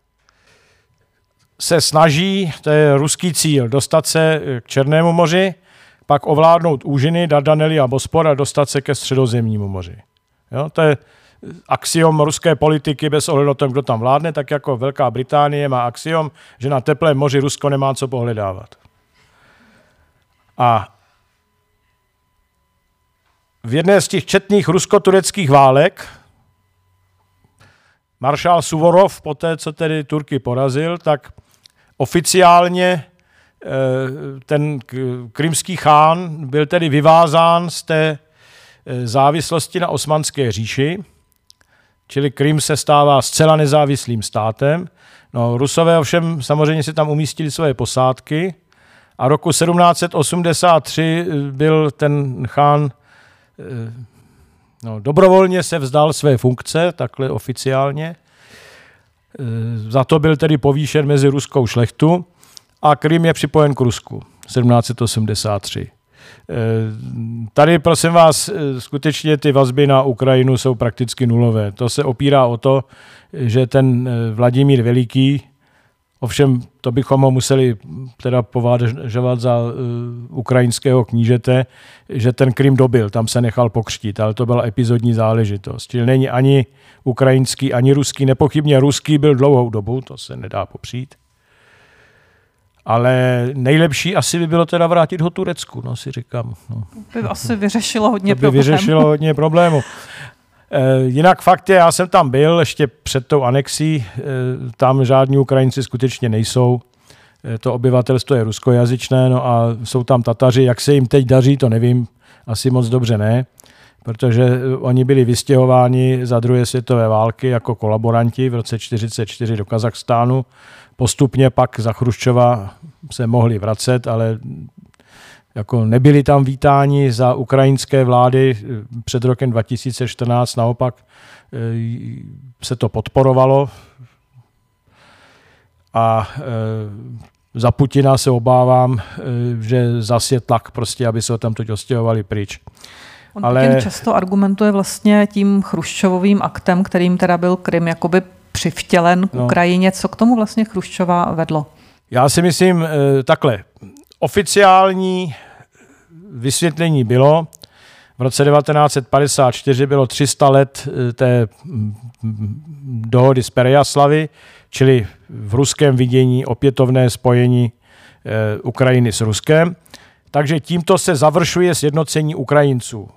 se snaží, to je ruský cíl, dostat se k Černému moři, pak ovládnout úžiny, Dardanely a Bospor a dostat se ke Středozemnímu moři. Jo, to je axiom ruské politiky bez ohledu na tom, kdo tam vládne, tak jako Velká Británie má axiom, že na teplém moři Rusko nemá co pohledávat. A v jedné z těch četných rusko-tureckých válek maršál Suvorov, poté co tedy Turky porazil, tak oficiálně ten krymský chán byl tedy vyvázán z té závislosti na Osmanské říši, čili Krym se stává zcela nezávislým státem. No, Rusové ovšem samozřejmě si tam umístili svoje posádky a roku sedmnáct set osmdesát tři byl ten chán, no, dobrovolně se vzdal své funkce, takhle oficiálně. Za to byl tedy povýšen mezi ruskou šlechtu a Krym je připojen k Rusku sedmnáct set osmdesát tři. Tady, prosím vás, skutečně ty vazby na Ukrajinu jsou prakticky nulové. To se opírá o to, že ten Vladimír Veliký, ovšem to bychom ho museli teda považovat za uh, ukrajinského knížete, že ten Krym dobil, tam se nechal pokřtít, ale to byla epizodní záležitost. Čili není ani ukrajinský, ani ruský, nepochybně ruský byl dlouhou dobu, to se nedá popřít. Ale nejlepší asi by bylo teda vrátit ho Turecku, no si říkám. No. To by asi vyřešilo hodně problémů. To by problémů. vyřešilo hodně problémů. E, jinak fakt je, já jsem tam byl ještě před tou anexí, e, tam žádní Ukrajinci skutečně nejsou. E, to obyvatelstvo je ruskojazyčné, no a jsou tam Tataři. Jak se jim teď daří, to nevím, asi moc dobře ne, protože oni byli vystěhováni za druhé světové války jako kolaboranti v roce čtyřicet čtyři do Kazachstánu. Postupně pak za Chruščova se mohli vracet, ale jako nebyli tam vítáni za ukrajinské vlády. Před rokem dva tisíce čtrnáct naopak se to podporovalo. A za Putina se obávám, že zase je tlak prostě, aby se ho tam teď odstěhovali pryč. On ale často argumentuje vlastně tím Chruščovovým aktem, kterým teda byl Krym jakoby přivtělen k no. Ukrajině. Co k tomu vlastně Chruščova vedlo? Já si myslím takhle. Oficiální vysvětlení bylo, v roce devatenáct set padesát čtyři bylo tři sta let té dohody z Perejaslavi, čili v ruském vidění opětovné spojení Ukrajiny s Ruskem. Takže tímto se završuje sjednocení Ukrajinců.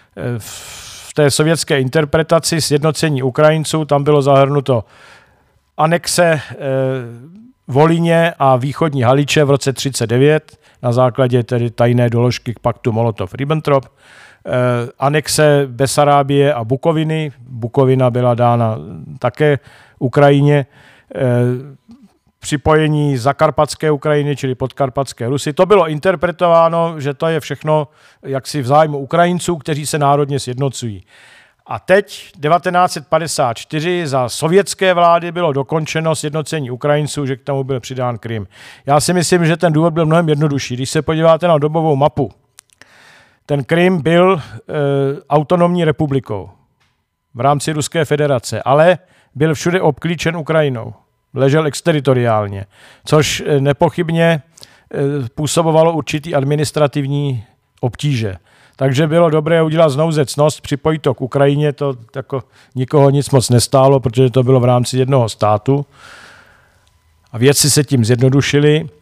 V té sovětské interpretaci sjednocení Ukrajinců tam bylo zahrnuto anexe e, Volíně a východní Haliče v roce třicet devět na základě tedy tajné doložky k paktu Molotov-Ribbentrop, e, anexe Besarábie a Bukoviny. Bukovina byla dána také Ukrajině. E, připojení zakarpatské Ukrajiny, čili podkarpatské Rusy. To bylo interpretováno, že to je všechno jaksi v zájmu Ukrajinců, kteří se národně sjednocují. A teď devatenáct set padesát čtyři za sovětské vlády bylo dokončeno sjednocení Ukrajinců, že k tomu byl přidán Krym. Já si myslím, že ten důvod byl mnohem jednodušší. Když se podíváte na dobovou mapu, ten Krym byl e, autonomní republikou v rámci Ruské federace, ale byl všude obklíčen Ukrajinou. Ležel exteritoriálně, což nepochybně působovalo určitý administrativní obtíže. Takže bylo dobré udělat znovu ctnost, připojit to k Ukrajině, to jako nikoho nic moc nestálo, protože to bylo v rámci jednoho státu. A věci se tím zjednodušily. E,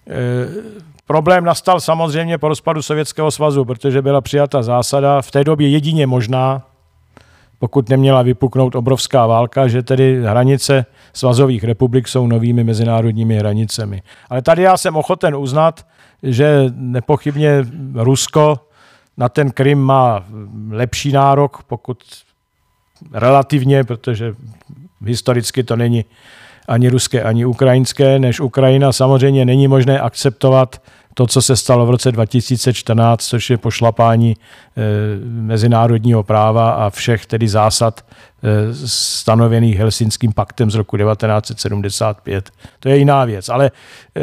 problém nastal samozřejmě po rozpadu Sovětského svazu, protože byla přijata zásada, v té době jedině možná, pokud neměla vypuknout obrovská válka, že tedy hranice svazových republik jsou novými mezinárodními hranicemi. Ale tady já jsem ochoten uznat, že nepochybně Rusko na ten Krym má lepší nárok, pokud relativně, protože historicky to není ani ruské, ani ukrajinské, než Ukrajina. Samozřejmě není možné akceptovat to, co se stalo v roce dva tisíce čtrnáct, což je pošlapání e, mezinárodního práva a všech tedy zásad e, stanovených Helsinským paktem z roku devatenáct set sedmdesát pět. To je jiná věc, ale e,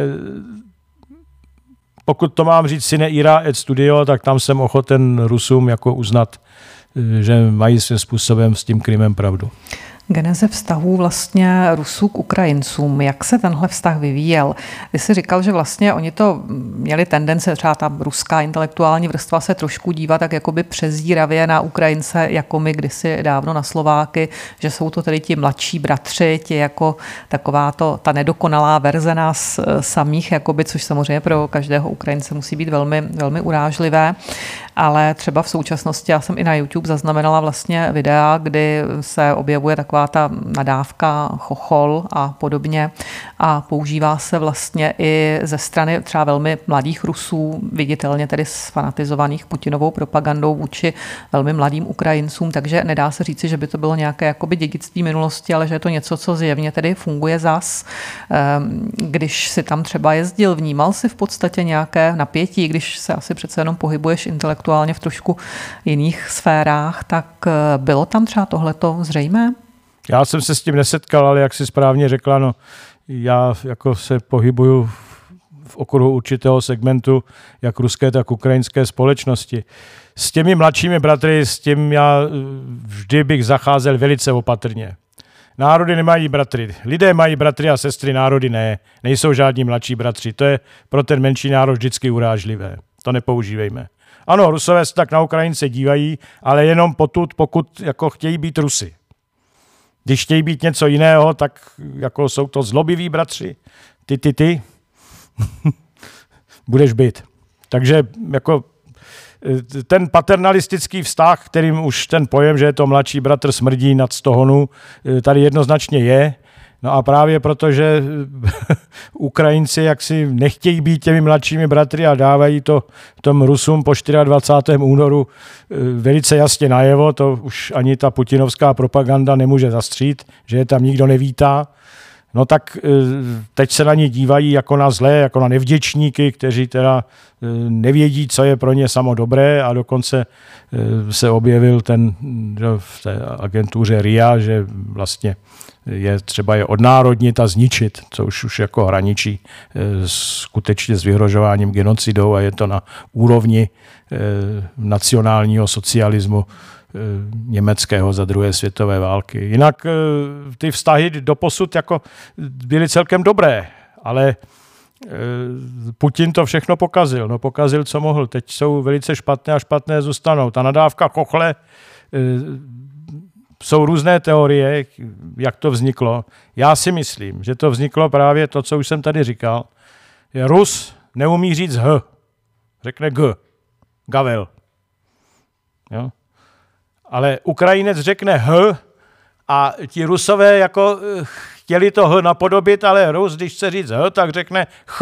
pokud to mám říct sine ira et studio, tak tam jsem ochoten Rusům jako uznat, e, že mají svým způsobem s tím Krymem pravdu. Geneze vztahů vlastně Rusů k Ukrajincům. Jak se tenhle vztah vyvíjel? Vy jsi říkal, že vlastně oni to měli tendence, třeba ta ruská intelektuální vrstva se trošku dívat tak jakoby přezíravě na Ukrajince, jako my kdysi dávno na Slováky, že jsou to tedy ti mladší bratři, ti jako taková to, ta nedokonalá verze nás samých, jakoby, což samozřejmě pro každého Ukrajince musí být velmi, velmi urážlivé. Ale třeba v současnosti, já jsem i na YouTube zaznamenala vlastně videa, kdy se objevuje taková ta nadávka chochol a podobně a používá se vlastně i ze strany třeba velmi mladých Rusů, viditelně tedy sfanatizovaných Putinovou propagandou vůči velmi mladým Ukrajincům, takže nedá se říci, že by to bylo nějaké jakoby dědictví minulosti, ale že je to něco, co zjevně tedy funguje zas. Když si tam třeba jezdil, vnímal si v podstatě nějaké napětí, když se asi přece jenom pohybuješ intelektuálně v trošku jiných sférách, tak bylo tam třeba tohleto zřejmé? Já jsem se s tím nesetkal, ale jak jsi správně řekla, no, já jako se pohybuju v okruhu určitého segmentu, jak ruské, tak ukrajinské společnosti. S těmi mladšími bratry, s tím já vždy bych zacházel velice opatrně. Národy nemají bratry. Lidé mají bratry a sestry, národy ne. Nejsou žádní mladší bratři. To je pro ten menší národ vždycky urážlivé. To nepoužívejme. Ano, Rusové se tak na Ukrajince dívají, ale jenom potud, pokud jako chtějí být Rusy. Když chtějí být něco jiného, tak jako jsou to zlobiví bratři. Ty, ty, ty. Budeš být. Takže jako ten paternalistický vztah, kterým už ten pojem, že je to mladší bratr smrdí nad sto honů, tady jednoznačně je. No a právě proto, že Ukrajinci jaksi nechtějí být těmi mladšími bratry a dávají to tom Rusům po dvacátého čtvrtého únoru velice jasně najevo, to už ani ta putinovská propaganda nemůže zastřít, že je tam nikdo nevítá. No tak teď se na ně dívají jako na zlé, jako na nevděčníky, kteří teda nevědí, co je pro ně samo dobré a dokonce se objevil ten v té agentuře R I A, že vlastně je třeba je odnárodnit a zničit, co už, už jako hraničí skutečně s vyhrožováním genocidou a je to na úrovni nacionálního socialismu německého za druhé světové války. Jinak ty vztahy doposud jako byly celkem dobré, ale Putin to všechno pokazil. No pokazil, co mohl. Teď jsou velice špatné a špatné zůstanou. Ta nadávka chochle, jsou různé teorie, jak to vzniklo. Já si myslím, že to vzniklo právě to, co už jsem tady říkal. Rus neumí říct H. Řekne G. Gavel. Jo? Ale Ukrajinec řekne H a ti Rusové jako chtěli to H napodobit, ale Rus, když chce říct H, tak řekne Ch.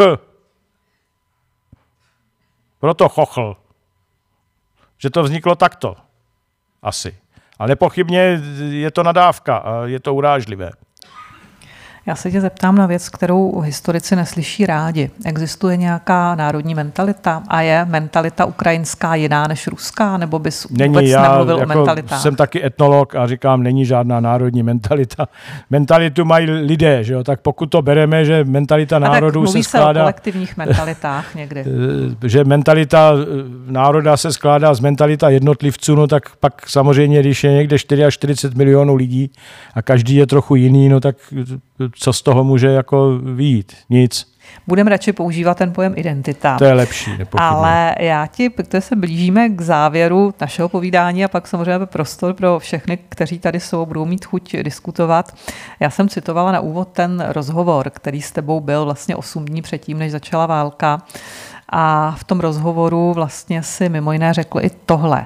Proto chochl. Že to vzniklo takto. Asi. Ale nepochybně je to nadávka a je to urážlivé. Já se tě zeptám na věc, kterou historici neslyší rádi. Existuje nějaká národní mentalita a je mentalita ukrajinská jiná než ruská, nebo bys není, vůbec já nemluvil jako o mentalitách? Jsem taky etnolog a říkám, není žádná národní mentalita. Mentalitu mají lidé, že jo? Tak pokud to bereme, že mentalita národů se skládá... Mluví se o kolektivních mentalitách někdy. Že mentalita národa se skládá z mentalita jednotlivců, no tak pak samozřejmě, když je někde čtyřicet čtyři milionů lidí a každý je trochu jiný, no tak co z toho může jako vyjít? Nic. Budeme radši používat ten pojem identita. To je lepší, nepochybně. Ale já ti, protože se blížíme k závěru našeho povídání a pak samozřejmě prostor pro všechny, kteří tady jsou, budou mít chuť diskutovat. Já jsem citovala na úvod ten rozhovor, který s tebou byl vlastně osm dní předtím, než začala válka. A v tom rozhovoru vlastně si mimo jiné řekl i tohle.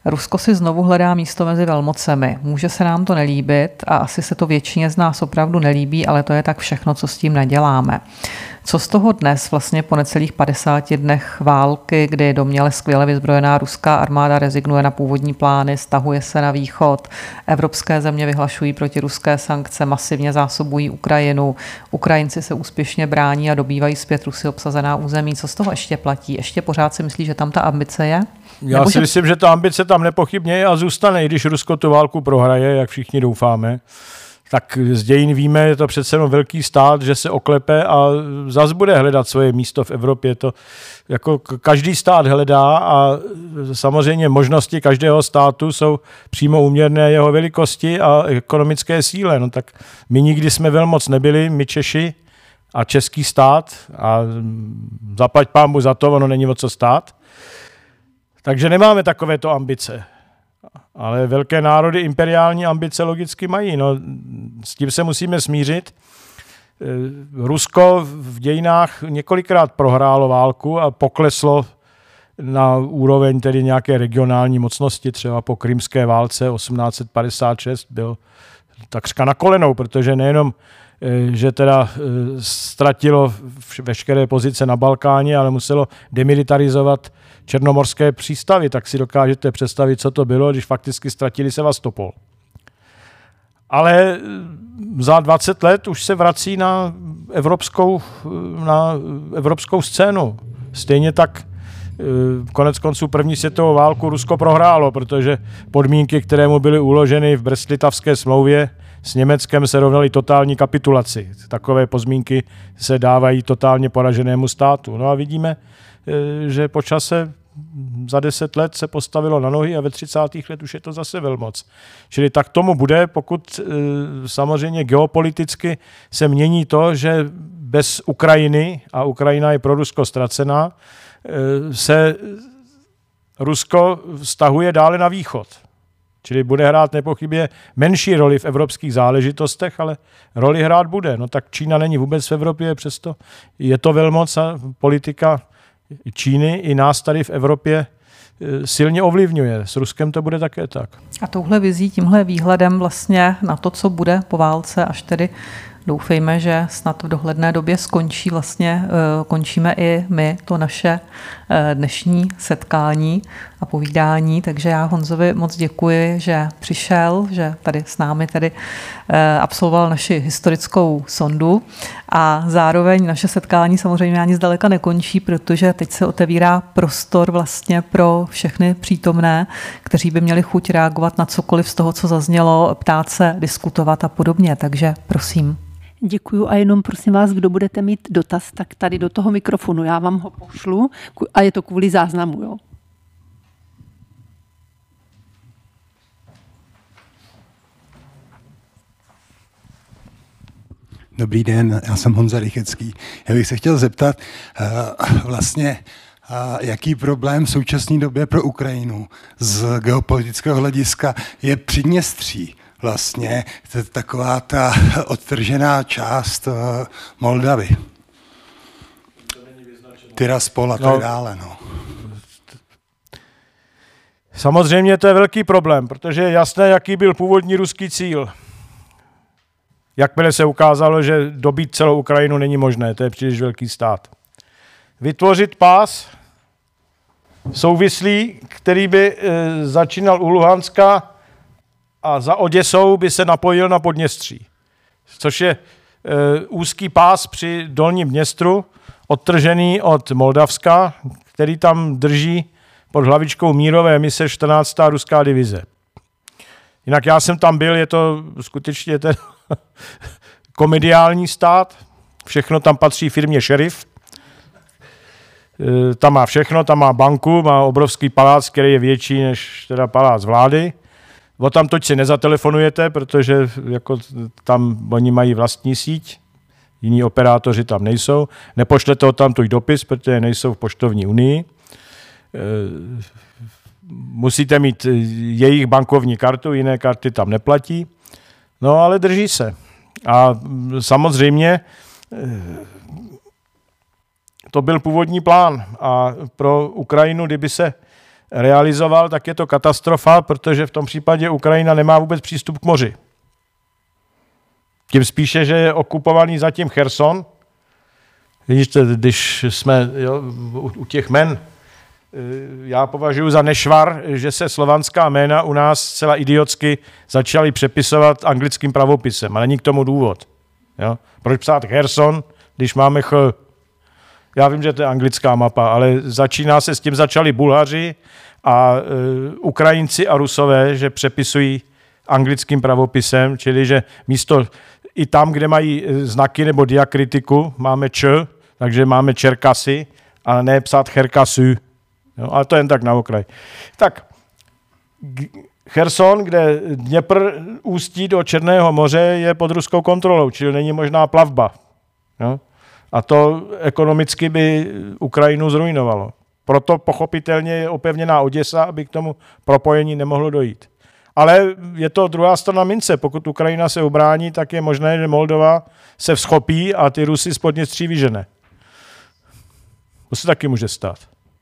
Rusko si znovu hledá místo mezi velmocemi. Může se nám to nelíbit a asi se to většině z nás opravdu nelíbí, ale to je tak všechno, co s tím neděláme. Co z toho dnes vlastně po necelých padesáti dnech války, kdy domněle skvěle vyzbrojená ruská armáda rezignuje na původní plány, stahuje se na východ, evropské země vyhlašují protiruské sankce, masivně zásobují Ukrajinu, Ukrajinci se úspěšně brání a dobývají zpět Rusy obsazená území. Co z toho ještě platí? Ještě pořád si myslí, že tam ta ambice je? Já Nebo si že... myslím, že ta ambice tam nepochybně je a zůstane, i když Rusko tu válku prohraje, jak všichni doufáme. Tak z dějin víme, je to přece jenom velký stát, že se oklepe a zas bude hledat svoje místo v Evropě. To jako každý stát hledá a samozřejmě možnosti každého státu jsou přímo úměrné jeho velikosti a ekonomické síle. No tak my nikdy jsme velmoc nebyli, my Češi a český stát a zaplať pánbu za to, ono není o co stát. Takže nemáme takovéto ambice. Ale velké národy imperiální ambice logicky mají. No, s tím se musíme smířit. Rusko v dějinách několikrát prohrálo válku a pokleslo na úroveň tedy nějaké regionální mocnosti. Třeba po krymské válce osmnáct set padesát šest byl takřka na kolenou, protože nejenom, že teda ztratilo veškeré pozice na Balkáně, ale muselo demilitarizovat černomorské přístavy, tak si dokážete představit, co to bylo, když fakticky ztratili Sevastopol. Ale za dvacet let už se vrací na evropskou, na evropskou scénu. Stejně tak konec konců první světovou válku Rusko prohrálo, protože podmínky, které mu byly uloženy v Brest-Litavské smlouvě s Německem, se rovnaly totální kapitulaci. Takové podmínky se dávají totálně poraženému státu. No a vidíme, že po čase za deset let se postavilo na nohy a ve třicátých let už je to zase velmoc. Čili tak tomu bude, pokud samozřejmě geopoliticky se mění to, že bez Ukrajiny, a Ukrajina je pro Rusko ztracená, se Rusko stahuje dále na východ. Čili bude hrát nepochybně menší roli v evropských záležitostech, ale roli hrát bude. No tak Čína není vůbec v Evropě, přesto je to velmoc a politika Číny i nás tady v Evropě silně ovlivňuje. S Ruskem to bude také tak. A touhle vizí, tímhle výhledem vlastně na to, co bude po válce, až tedy doufejme, že snad v dohledné době skončí vlastně, končíme i my to naše dnešní setkání a povídání, takže já Honzovi moc děkuji, že přišel, že tady s námi tedy absolvoval naši historickou sondu a zároveň naše setkání samozřejmě ani zdaleka nekončí, protože teď se otevírá prostor vlastně pro všechny přítomné, kteří by měli chuť reagovat na cokoliv z toho, co zaznělo, ptát se, diskutovat a podobně, takže prosím. Děkuju a jenom prosím vás, kdo budete mít dotaz, tak tady do toho mikrofonu, já vám ho pošlu a je to kvůli záznamu, jo. Dobrý den, já jsem Honza Rychecký. Já bych se chtěl zeptat, vlastně, jaký problém v současné době pro Ukrajinu z geopolitického hlediska je Příměstří. Vlastně to je taková ta odtržená část Moldavy. Tiraspol a tak dále. No. Samozřejmě to je velký problém, protože je jasné, jaký byl původní ruský cíl. Jakmile se ukázalo, že dobít celou Ukrajinu není možné, to je příliš velký stát. Vytvořit pás souvislý, který by e, začínal u Luhanska a za Oděsou by se napojil na Podněstří, což je e, úzký pás při dolním Dněstru, odtržený od Moldavska, který tam drží pod hlavičkou mírové mise čtrnáctá ruská divize. Jinak já jsem tam byl, je to skutečně ten komediální stát, všechno tam patří firmě Šerif, e, tam má všechno, tam má banku, má obrovský palác, který je větší než teda palác vlády. O tam toť si nezatelefonujete, protože jako tam oni mají vlastní síť, jiní operátoři tam nejsou. Nepošlete o tam tuď dopis, protože nejsou v poštovní unii. E, musíte mít jejich bankovní kartu, jiné karty tam neplatí. No ale drží se. A samozřejmě to byl původní plán. A pro Ukrajinu, kdyby se realizoval, tak je to katastrofa, protože v tom případě Ukrajina nemá vůbec přístup k moři. Tím spíše, že je okupovaný zatím Cherson. Vidíte, když jsme jo, u těch jmen, já považuji za nešvar, že se slovanská jména u nás zcela idiotsky začaly přepisovat anglickým pravopisem, ale není k tomu důvod. Jo? Proč psát Cherson, když máme Ch? Já vím, že to je anglická mapa, ale začíná se s tím začali Bulhaři a e, Ukrajinci a Rusové, že přepisují anglickým pravopisem, čili že místo i tam, kde mají znaky nebo diakritiku, máme Č, takže máme Čerkasy, ale ne psát Cherkasy. Jo, ale to jen tak na okraj. Tak, Cherson, kde Dněpr ústí do Černého moře, je pod ruskou kontrolou, čili není možná plavba. Jo? A to ekonomicky by Ukrajinu zrujnovalo. Proto pochopitelně je opevněná Oděsa, aby k tomu propojení nemohlo dojít. Ale je to druhá strana mince. Pokud Ukrajina se ubrání, tak je možné, že Moldova se vzchopí a ty Rusy z Podněstří vyžene. To se taky může stát.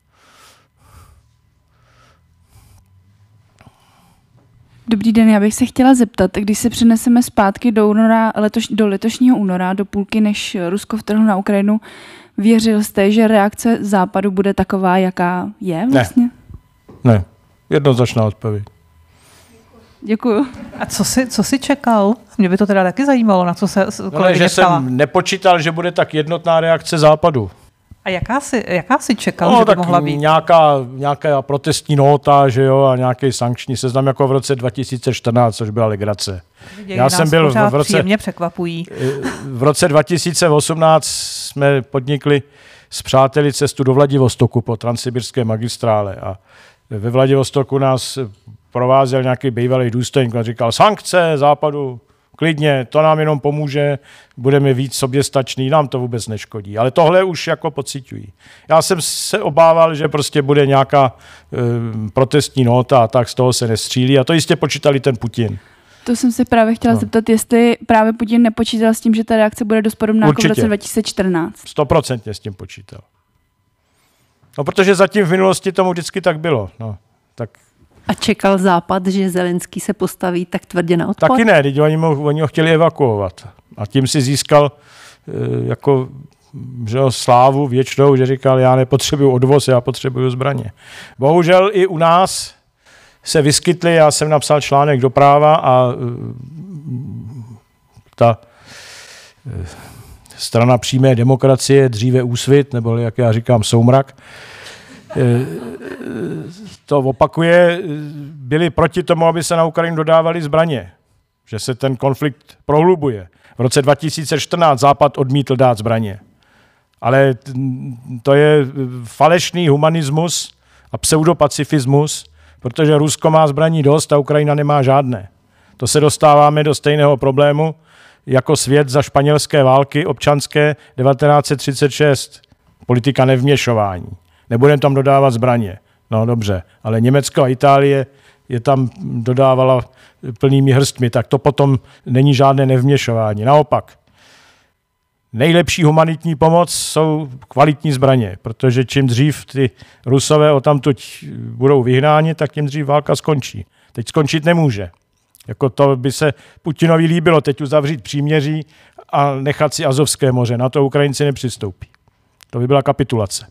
Dobrý den, já bych se chtěla zeptat, když se přeneseme zpátky do, února, letoš, do letošního února, do půlky, než Rusko vtrhlo na Ukrajinu, věřil jste, že reakce Západu bude taková, jaká je vlastně? Ne, ne. Jednoznačná odpověď. Děkuju. A co jsi, co jsi čekal? Mě by to teda taky zajímalo, na co se no ne, že jsem nepočítal, že bude tak jednotná reakce Západu. A jaká jsi, jaká jsi čekal, no, že by tak mohla být? Nějaká, nějaká protestní nota, že jo, a nějaký sankční seznam, jako v roce dva tisíce čtrnáct, což byla legrace. Ději Já jsem byl v roce, příjemně překvapují. V roce dva tisíce osmnáct jsme podnikli s přáteli cestu do Vladivostoku po transsibirské magistrále a ve Vladivostoku nás provázel nějaký bývalý důstojník a říkal, sankce Západu, klidně, to nám jenom pomůže, budeme víc soběstační, nám to vůbec neškodí. Ale tohle už jako pociťují. Já jsem se obával, že prostě bude nějaká e, protestní nota a tak z toho se nestřílí a to jistě počítali ten Putin. To jsem se právě chtěla no. zeptat, jestli právě Putin nepočítal s tím, že ta reakce bude dost podobná jako v roce dva tisíce čtrnáct. Stoprocentně s tím počítal. No, protože zatím v minulosti tomu vždycky tak bylo. No, tak A čekal Západ, že Zelenský se postaví tak tvrdě na odpor? Taky ne, teď oni, mo, oni ho chtěli evakuovat. A tím si získal e, jako že ho, slávu věčnou, že říkal, já nepotřebuju odvoz, já potřebuju zbraně. Bohužel i u nás se vyskytly, já jsem napsal článek do Práva a e, ta e, strana přímé demokracie, dříve Úsvit, nebo jak já říkám, Soumrak, to opakuje, byli proti tomu, aby se na Ukrajinu dodávaly zbraně. Že se ten konflikt prohlubuje. V roce dva tisíce čtrnáct Západ odmítl dát zbraně. Ale to je falešný humanismus a pseudopacifismus, protože Rusko má zbraní dost a Ukrajina nemá žádné. To se dostáváme do stejného problému jako svět za španělské války občanské devatenáct set třicet šest. Politika nevměšování. Nebudeme tam dodávat zbraně. No dobře, ale Německo a Itálie je tam dodávala plnými hrstmi, tak to potom není žádné nevměšování. Naopak, nejlepší humanitní pomoc jsou kvalitní zbraně, protože čím dřív ty Rusové odtamtud budou vyhnáni, tak tím dřív válka skončí. Teď skončit nemůže. Jako to by se Putinovi líbilo teď uzavřít příměří a nechat si Azovské moře. Na to Ukrajinci nepřistoupí. To by byla kapitulace.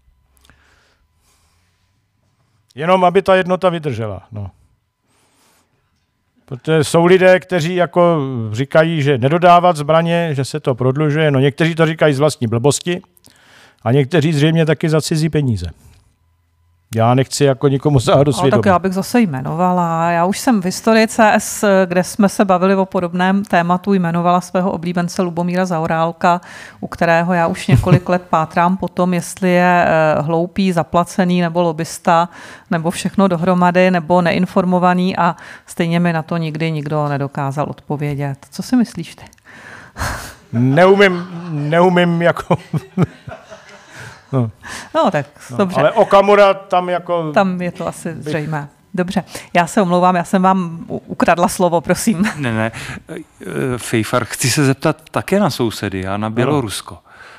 Jenom, aby ta jednota vydržela. No. Protože jsou lidé, kteří jako říkají, že nedodávat zbraně, že se to prodlužuje. No někteří to říkají z vlastní blbosti a někteří zřejmě taky za cizí peníze. Já nechci jako nikomu sahat do svědomí. Tak já bych zase jmenovala. Já už jsem v historii C S, kde jsme se bavili o podobném tématu, jmenovala svého oblíbence Lubomíra Zaorálka, u kterého já už několik let pátrám po tom, jestli je hloupý, zaplacený nebo lobista, nebo všechno dohromady, nebo neinformovaný a stejně mi na to nikdy nikdo nedokázal odpovědět. Co si myslíš ty? Neumím, neumím jako... No, no tak no, dobře. Ale Okamura tam jako... Tam je to asi zřejmé. Dobře, já se omlouvám, já jsem vám ukradla slovo, prosím. Ne, ne, Fejfar, chci se zeptat také na sousedy a na Bělorusko.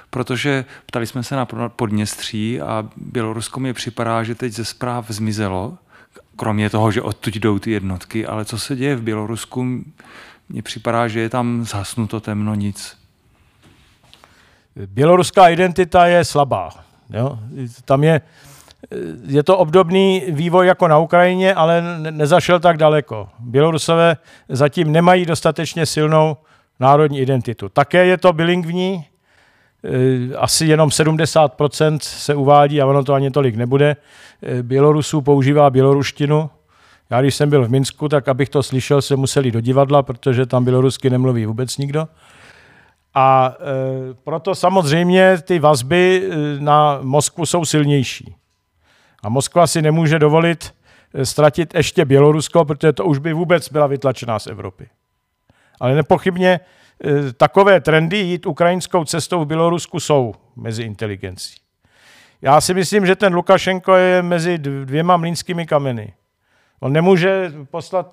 protože ptali jsme se na Podněstří a Bělorusko mi připadá, že teď ze zpráv zmizelo, kromě toho, že odtud jdou ty jednotky, ale co se děje v Bělorusku, mně připadá, že je tam zhasnuto temno, nic. Běloruská identita je slabá. Jo? Tam je, je to obdobný vývoj jako na Ukrajině, ale nezašel tak daleko. Bělorusové zatím nemají dostatečně silnou národní identitu. Také je to bilingvní, asi jenom sedmdesát procent se uvádí, a ono to ani tolik nebude, Bělorusů používá běloruštinu. Já když jsem byl v Minsku, tak abych to slyšel, se museli do divadla, protože tam bělorusky nemluví vůbec nikdo. A e, proto samozřejmě ty vazby na Moskvu jsou silnější. A Moskva si nemůže dovolit ztratit ještě Bělorusko, protože to už by vůbec byla vytlačená z Evropy. Ale nepochybně e, takové trendy jít ukrajinskou cestou v Bělorusku jsou mezi inteligencí. Já si myslím, že ten Lukašenko je mezi dvěma mlýnskými kameny. On nemůže poslat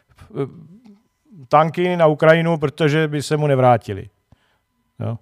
tanky na Ukrajinu, protože by se mu nevrátili. Jo.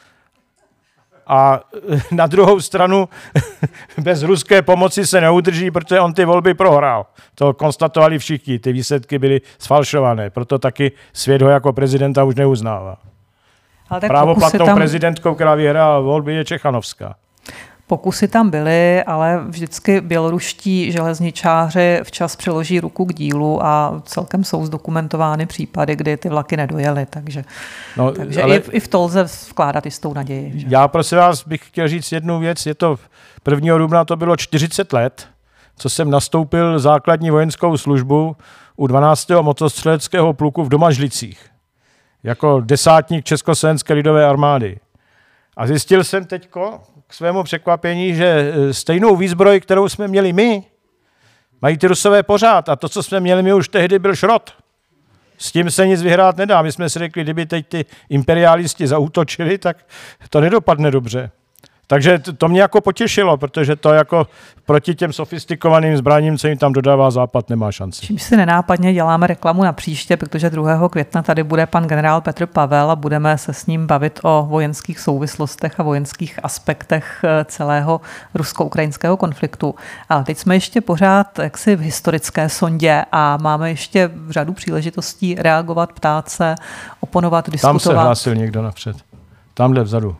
A na druhou stranu bez ruské pomoci se neudrží, protože on ty volby prohrál. To konstatovali všichni, ty výsledky byly sfalšované, proto taky svět ho jako prezidenta už neuznává. Právoplatnou tam... prezidentkou, která vyhrála volby, je Čechanovská. Pokusy tam byly, ale vždycky běloruští železničáři včas přiloží ruku k dílu a celkem jsou zdokumentovány případy, kdy ty vlaky nedojely, takže, no, takže i, v, i v to lze vkládat jistou naději. Že? Já prosím vás bych chtěl říct jednu věc, je to prvního dubna to bylo čtyřicet let, co jsem nastoupil základní vojenskou službu u dvanáctého motostřeleckého pluku v Domažlicích, jako desátník Československé lidové armády. A zjistil jsem teďko, k svému překvapení, že stejnou výzbroj, kterou jsme měli my, mají ty Rusové pořád. A to, co jsme měli my už tehdy, byl šrot. S tím se nic vyhrát nedá. My jsme si řekli, kdyby teď ty imperialisti zaútočili, tak to nedopadne dobře. Takže to mě jako potěšilo, protože to jako proti těm sofistikovaným zbraním, co jim tam dodává Západ, nemá šanci. Čím si nenápadně děláme reklamu na příště, protože druhého května tady bude pan generál Petr Pavel a budeme se s ním bavit o vojenských souvislostech a vojenských aspektech celého rusko-ukrajinského konfliktu. Ale teď jsme ještě pořád jaksi v historické sondě a máme ještě řadu příležitostí reagovat, ptát se, oponovat, diskutovat. Tam se hlásil někdo napřed. Tamhle vzadu.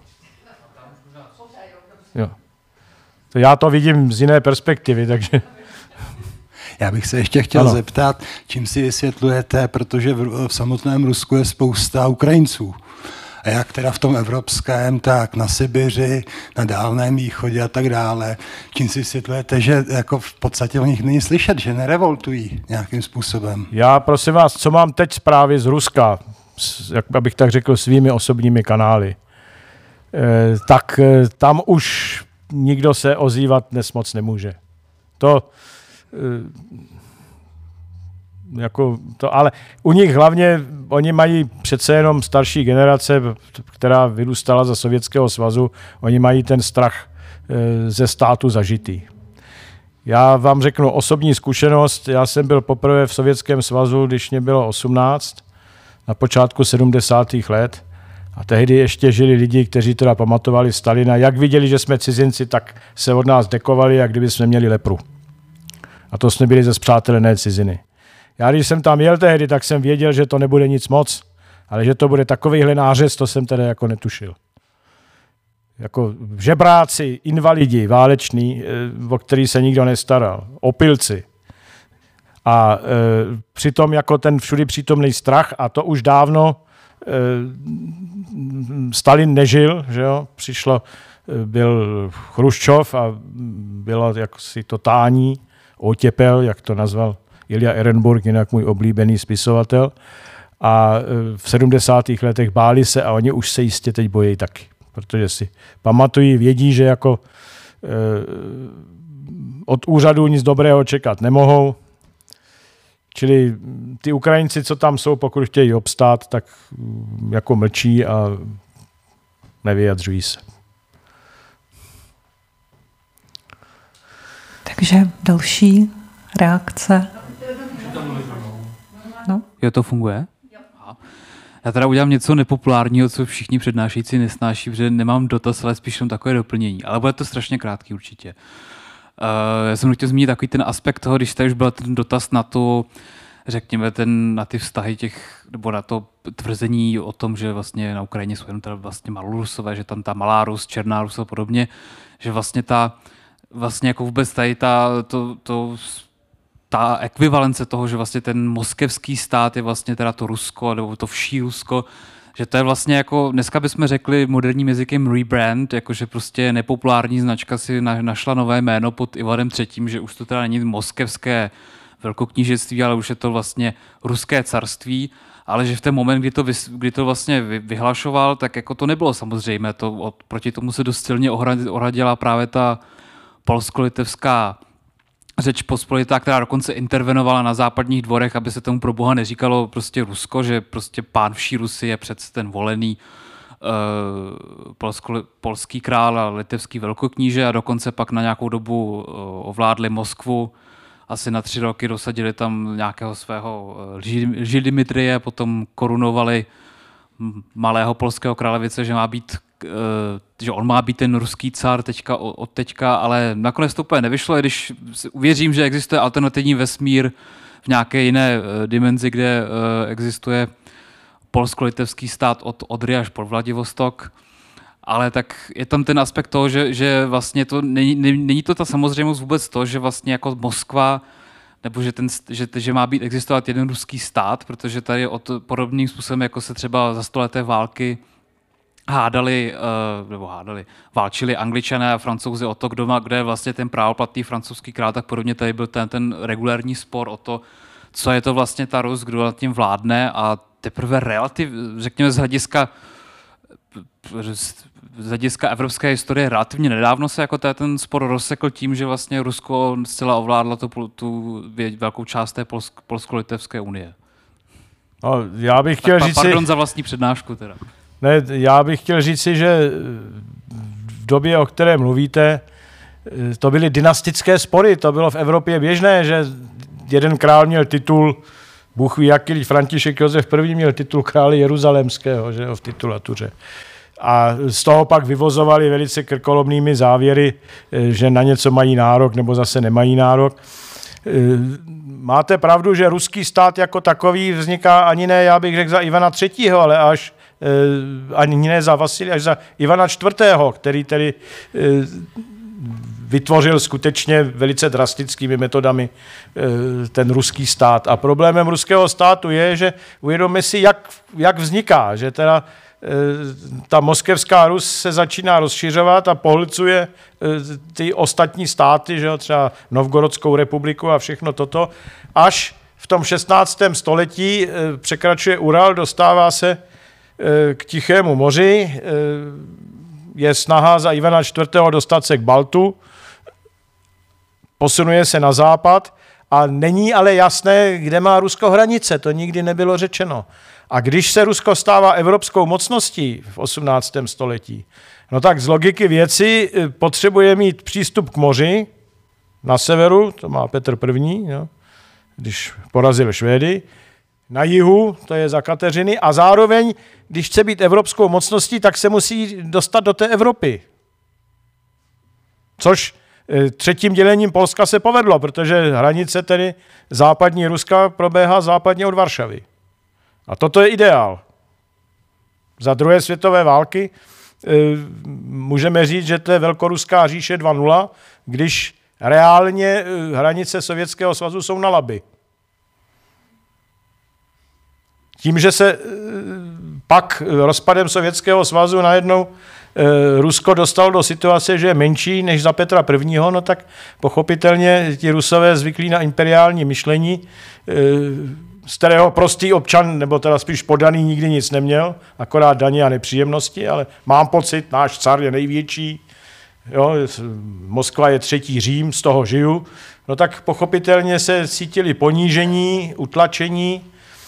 Jo. To já to vidím z jiné perspektivy, takže... Já bych se ještě chtěl ano. zeptat, čím si vysvětlujete, protože v, v samotném Rusku je spousta Ukrajinců. A jak teda v tom evropském, tak na Sibiři, na Dálném východě a tak dále. Čím si vysvětlujete, že jako v podstatě o nich není slyšet, že nerevoltují nějakým způsobem? Já prosím vás, co mám teď zprávy z Ruska, jak abych tak řekl, svými osobními kanály, eh, tak eh, tam už nikdo se ozývat dnes moc nemůže. To... Eh, Jako to, ale u nich hlavně, oni mají přece jenom starší generace, která vyrůstala za Sovětského svazu, oni mají ten strach e, ze státu zažitý. Já vám řeknu osobní zkušenost, já jsem byl poprvé v Sovětském svazu, když mě bylo osmnáct, na počátku sedmdesátých let, a tehdy ještě žili lidi, kteří teda pamatovali Stalina, jak viděli, že jsme cizinci, tak se od nás dekovali, jak kdyby jsme měli lepru. A to jsme byli ze spřátelené ciziny. Já když jsem tam jel tehdy, tak jsem věděl, že to nebude nic moc, ale že to bude takovýhle nářez, to jsem tedy jako netušil. Jako žebráci, invalidi, váleční, o který se nikdo nestaral, opilci. A e, přitom jako ten všudy přítomný strach, a to už dávno e, Stalin nežil, že jo, přišlo, byl Chruščov a bylo jaksi totální otěpel, jak to nazval Ilja Ehrenburg, jinak můj oblíbený spisovatel. A v sedmdesátých letech báli se a oni už se jistě teď bojí taky. Protože si pamatují, vědí, že jako e, od úřadu nic dobrého čekat nemohou. Čili ty Ukrajinci, co tam jsou, pokud chtějí obstát, tak jako mlčí a nevyjadřují se. Takže další reakce. No. Jo, to funguje? Jo. Já teda udělám něco nepopulárního, co všichni přednášející nesnáší, protože nemám dotaz, ale spíš jenom takové doplnění. Ale bude to strašně krátký určitě. Uh, já jsem chtěl zmínit takový ten aspekt toho, když tady už byl ten dotaz na to, řekněme, ten, na ty vztahy těch, nebo na to tvrzení o tom, že vlastně na Ukrajině jsou jenom teda vlastně malorusové, že tam ta malá Rus, černá Rus a podobně, že vlastně ta, vlastně jako vůbec tady ta, to, to, ta ekvivalence toho, že vlastně ten moskevský stát je vlastně teda to Rusko, nebo to vší Rusko, že to je vlastně jako, dneska bychom řekli moderním jazykem rebrand, jakože prostě nepopulární značka si na, našla nové jméno pod Ivanem třetím, že už to teda není moskevské velkoknížectví, ale už je to vlastně ruské carství, ale že v ten moment, kdy to, kdy to vlastně vyhlašoval, tak jako to nebylo samozřejmé. To, od, proti tomu se dost silně ohradila právě ta polsko-litevská Řeč pospolitá, která dokonce intervenovala na západních dvorech, aby se tomu pro boha neříkalo prostě Rusko, že prostě pán vší Rusy je přece ten volený uh, polsko, polský král a litevský velkokníže a dokonce pak na nějakou dobu uh, ovládli Moskvu. Asi na tři roky dosadili tam nějakého svého lži Dimitrije, potom korunovali malého polského králevice, že má být, že on má být ten ruský car teďka, od teďka, ale nakonec to úplně nevyšlo, i když uvěřím, že existuje alternativní vesmír v nějaké jiné dimenzi, kde existuje polsko-litevský stát od Odry až po Vladivostok. Ale tak je tam ten aspekt toho, že, že vlastně to není, není to ta samozřejmost vůbec to, že vlastně jako Moskva, nebo že, ten, že, že má být existovat jeden ruský stát, protože tady od podobným způsobem, jako se třeba za stoleté války hádali, uh, nebo hádali, válčili Angličané a Francouzi o to, kdo má, kde je vlastně ten právoplatný francouzský král, tak podobně tady byl ten, ten regulární spor o to, co je to vlastně ta Rus, kdo nad tím vládne a teprve relativ, řekněme z hlediska z hlediska evropské historie relativně nedávno se jako ten spor rozsekl tím, že vlastně Rusko zcela ovládlo tu, tu velkou část té polsk, polsko-litevské unie. No, já bych chtěl tak, říct pardon si, za vlastní přednášku teda. Ne, já bych chtěl říct si, že v době, o které mluvíte, to byly dynastické spory, to bylo v Evropě běžné, že jeden král měl titul, Bůh ví jaký, František Josef I. měl titul krále jeruzalémského, že jo, v titulatuře. A z toho pak vyvozovali velice krkolomnými závěry, že na něco mají nárok nebo zase nemají nárok. Máte pravdu, že ruský stát jako takový vzniká ani ne, já bych řekl, za Ivana třetího, ale až ani ne za Vasilija, až za Ivana čtvrtého, který tedy vytvořil skutečně velice drastickými metodami ten ruský stát. A problémem ruského státu je, že uvědomme si, jak, jak vzniká, že teda ta moskevská Rus se začíná rozšiřovat a pohlcuje ty ostatní státy, že jo, třeba Novgorodskou republiku a všechno toto, až v tom šestnáctém století překračuje Ural, dostává se k Tichému moři, je snaha za Ivana čtvrtého dostat se k Baltu, posunuje se na západ a není ale jasné, kde má Rusko hranice, to nikdy nebylo řečeno. A když se Rusko stává evropskou mocností v osmnáctém století, no tak z logiky věci potřebuje mít přístup k moři na severu, to má Petr I., jo, když porazil Švédy, na jihu, to je za Kateřiny, a zároveň, když chce být evropskou mocností, tak se musí dostat do té Evropy. Což třetím dělením Polska se povedlo, protože hranice tedy západní Ruska probéhá západně od Varšavy. A toto je ideál. Za druhé světové války e, můžeme říct, že to je velkoruská říše dva nula, když reálně e, hranice Sovětského svazu jsou na Labi. Tím, že se e, pak rozpadem Sovětského svazu najednou e, Rusko dostalo do situace, že je menší než za Petra I., no tak pochopitelně ti Rusové zvyklí na imperiální myšlení, e, z kterého prostý občan, nebo teda spíš podaný, nikdy nic neměl, akorát daně a nepříjemnosti, ale mám pocit, náš car je největší, jo, Moskva je třetí Řím, z toho žiju, no tak pochopitelně se cítili ponížení, utlačení,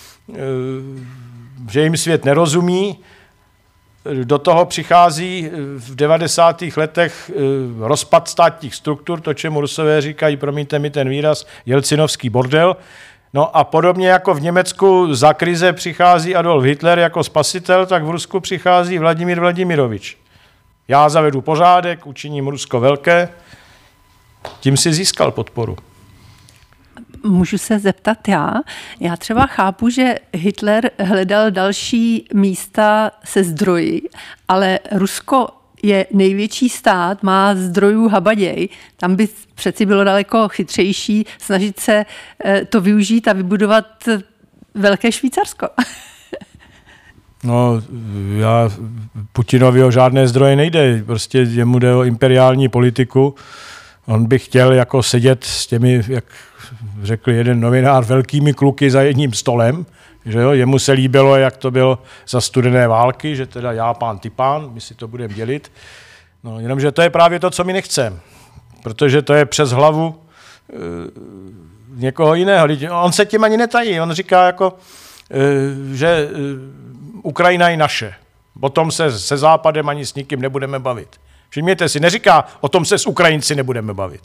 že jim svět nerozumí. Do toho přichází v devadesátých letech rozpad státních struktur, to, čemu Rusové říkají, promiňte mi ten výraz, jelcinovský bordel. No a podobně jako v Německu za krize přichází Adolf Hitler jako spasitel, tak v Rusku přichází Vladimír Vladimirovič. Já zavedu pořádek, učiním Rusko velké, tím si získal podporu. Můžu se zeptat já? Já třeba chápu, že Hitler hledal další místa se zdroji, ale Rusko je největší stát, má zdrojů habaděj. Tam by přeci bylo daleko chytřejší snažit se to využít a vybudovat velké Švýcarsko. No, já Putinovi o žádné zdroje nejde. Prostě jemu jde o imperiální politiku. On by chtěl jako sedět s těmi, jak řekl jeden novinář, velkými kluky za jedním stolem. Že jo? Jemu se líbilo, jak to bylo za studené války, že teda já pán, ty pán, my si to budeme dělit. No, jenomže to je právě to, co my nechceme. Protože to je přes hlavu e, někoho jiného. On se tím ani netají. On říká, jako, e, že e, Ukrajina je naše. O tom se se Západem ani s nikým nebudeme bavit. Všimněte si, neříká, o tom se s Ukrajinci nebudeme bavit.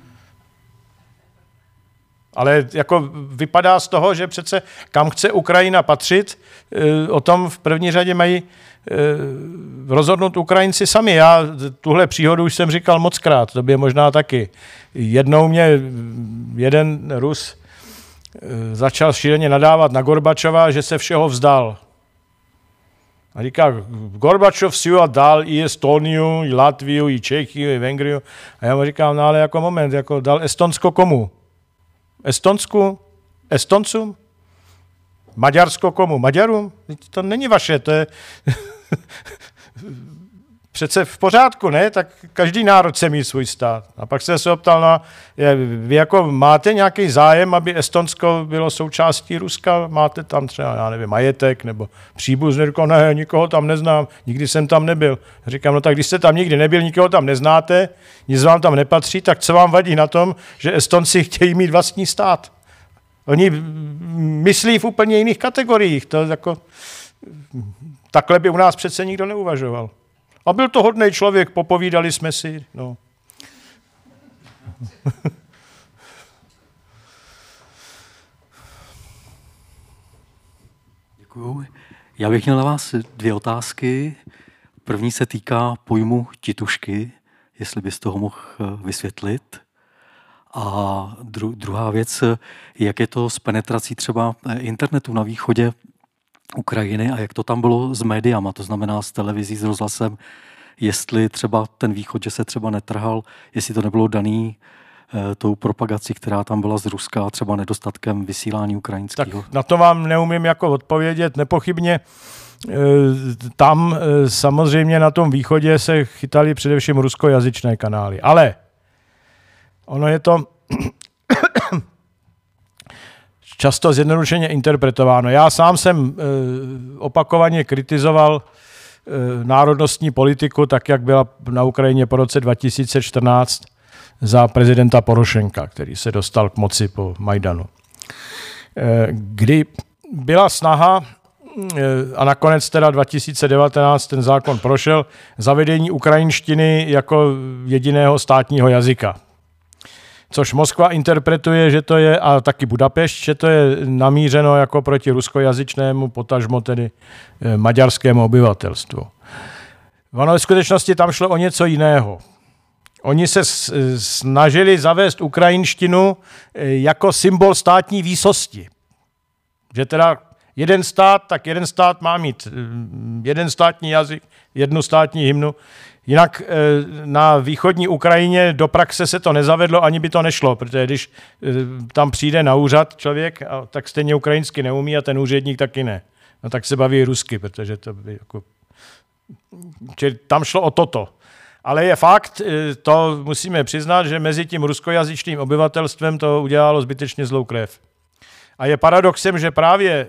Ale jako vypadá z toho, že přece kam chce Ukrajina patřit, o tom v první řadě mají rozhodnout Ukrajinci sami. Já tuhle příhodu už jsem říkal mockrát, to by je možná taky. Jednou mě jeden Rus začal šíleně nadávat na Gorbačova, že se všeho vzdal. A říká, Gorbačov si dal i Estoniu, i Latviu, i Čechy, i Vengriu. A já mu říkám, no ale jako moment, jako dal Estonsko komu? Estonsku? Estoncům? Maďarsko komu? Maďarům? To není vaše, to je přece v pořádku, ne? Tak každý národ se mít svůj stát. A pak se se optal, no, vy jako máte nějaký zájem, aby Estonsko bylo součástí Ruska? Máte tam třeba, já nevím, majetek nebo příbuzný? Říkal, ne, nikoho tam neznám, nikdy jsem tam nebyl. Říkám, no tak když jste tam nikdy nebyl, nikoho tam neznáte, nic vám tam nepatří, tak co vám vadí na tom, že Estonci chtějí mít vlastní stát? Oni myslí v úplně jiných kategoriích. To jako, takhle by u nás přece nikdo neuvažoval. A byl to hodnej člověk, popovídali jsme si. No. Děkuju. Já bych měl na vás dvě otázky. První se týká pojmu titušky, jestli byste ho mohl vysvětlit. A dru- druhá věc, jak je to s penetrací třeba internetu na východě Ukrajiny a jak to tam bylo s médiama, to znamená s televizí, s rozhlasem, jestli třeba ten východ, že se třeba netrhal, jestli to nebylo daný e, tou propagací, která tam byla z Ruska, třeba nedostatkem vysílání ukrajinského. Tak na to vám neumím jako odpovědět, nepochybně. E, tam e, samozřejmě na tom východě se chytali především ruskojazyčné kanály, ale ono je to často zjednodušeně interpretováno. Já sám jsem e, opakovaně kritizoval e, národnostní politiku, tak jak byla na Ukrajině po roce dva tisíce čtrnáct za prezidenta Porošenka, který se dostal k moci po Majdanu. E, kdy byla snaha, e, a nakonec teda dva tisíce devatenáct ten zákon prošel, zavedení ukrajinštiny jako jediného státního jazyka. Což Moskva interpretuje, že to je, a taky Budapešť, že to je namířeno jako proti ruskojazyčnému, potažmo tedy maďarskému obyvatelstvu. Ono ve skutečnosti tam šlo o něco jiného. Oni se snažili zavést ukrajinštinu jako symbol státní výsosti. Že teda jeden stát, tak jeden stát má mít jeden státní jazyk, jednu státní hymnu. Jinak na východní Ukrajině do praxe se to nezavedlo, ani by to nešlo, protože když tam přijde na úřad člověk, tak stejně ukrajinsky neumí a ten úředník taky ne. No tak se baví rusky, protože to by jako... Čili tam šlo o toto. Ale je fakt, to musíme přiznat, že mezi tím ruskojazyčným obyvatelstvem to udělalo zbytečně zlou krev. A je paradoxem, že právě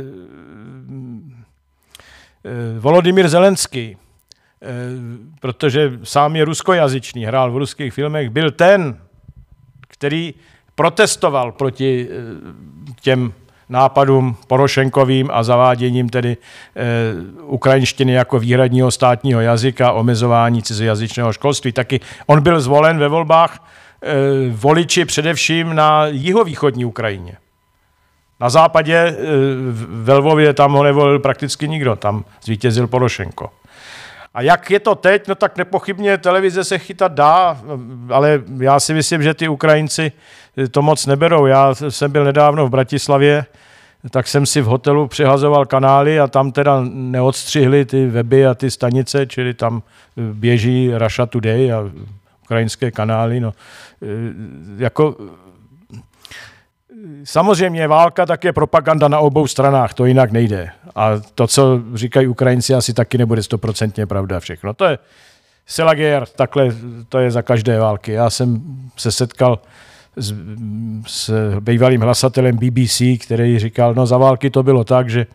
Volodymyr Zelenský, protože sám je ruskojazyčný, hrál v ruských filmech, byl ten, který protestoval proti těm nápadům Porošenkovým a zaváděním tedy e, ukrajinštiny jako výhradního státního jazyka, omezování cizojazyčného školství. Taky on byl zvolen ve volbách e, voliči především na jihovýchodní Ukrajině. Na západě ve Lvově tam ho nevolil prakticky nikdo, tam zvítězil Porošenko. A jak je to teď, no tak nepochybně televize se chytat dá, ale já si myslím, že ty Ukrajinci to moc neberou. Já jsem byl nedávno v Bratislavě, tak jsem si v hotelu přehazoval kanály a tam teda neodstřihli ty weby a ty stanice, čili tam běží Russia Today a ukrajinské kanály. No. Jako, samozřejmě válka tak je propaganda na obou stranách, to jinak nejde. A to, co říkají Ukrajinci, asi taky nebude stoprocentně pravda všechno. To je Selagier, takhle to je za každé války. Já jsem se setkal s, s bývalým hlasatelem B B C, který říkal, no za války to bylo tak, že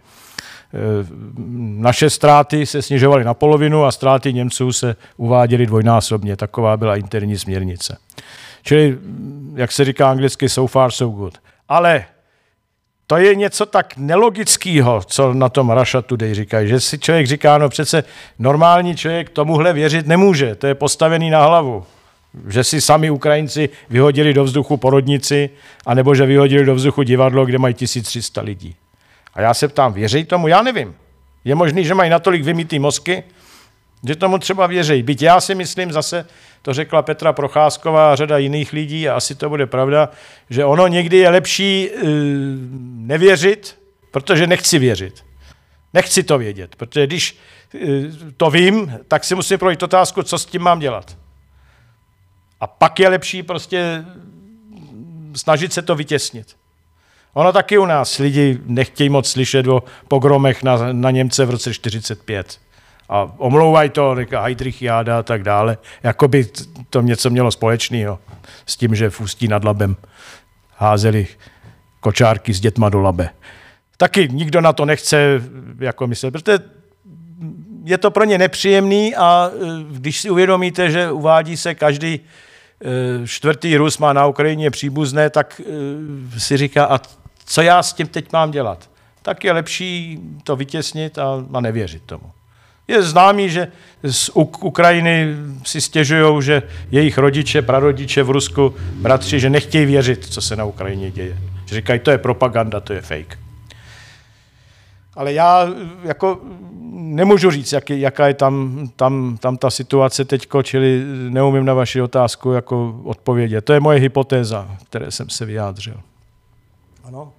naše ztráty se snižovaly na polovinu a ztráty Němců se uváděly dvojnásobně. Taková byla interní směrnice. Čili, jak se říká anglicky, so far, so good. Ale to je něco tak nelogického, co na tom Russia Today říkají, že si člověk říká, no přece normální člověk tomuhle věřit nemůže, to je postavený na hlavu. Že si sami Ukrajinci vyhodili do vzduchu porodnici, anebo že vyhodili do vzduchu divadlo, kde mají tisíc tři sta lidí. A já se ptám, věří tomu? Já nevím. Je možný, že mají natolik vymytý mozky, že tomu třeba věří. Byť já si myslím, zase to řekla Petra Procházková a řada jiných lidí, a asi to bude pravda, že ono někdy je lepší uh, nevěřit, protože nechci věřit. Nechci to vědět, protože když uh, to vím, tak si musím projít otázku, co s tím mám dělat. A pak je lepší prostě snažit se to vytěsnit. Ono taky u nás lidi nechtějí moc slyšet o pogromech na, na Němce v roce čtyřicet pět. A omlouvají to, Heydrichiáda a tak dále. Jakoby to něco mělo společného s tím, že v Ústí nad Labem házeli kočárky s dětma do Labe. Taky nikdo na to nechce jako myslet, protože je to pro ně nepříjemný a když si uvědomíte, že uvádí se každý čtvrtý Rus má na Ukrajině příbuzné, tak si říká, a co já s tím teď mám dělat? Tak je lepší to vytěsnit a, a nevěřit tomu. Je známý, že z Ukrajiny si stěžují, že jejich rodiče, prarodiče v Rusku, bratři, že nechtějí věřit, co se na Ukrajině děje. Že říkají, to je propaganda, to je fake. Ale já jako nemůžu říct, jak, jaká je tam, tam, tam ta situace teďko, čili neumím na vaši otázku jako odpovědět. To je moje hypotéza, které jsem se vyjádřil. Ano?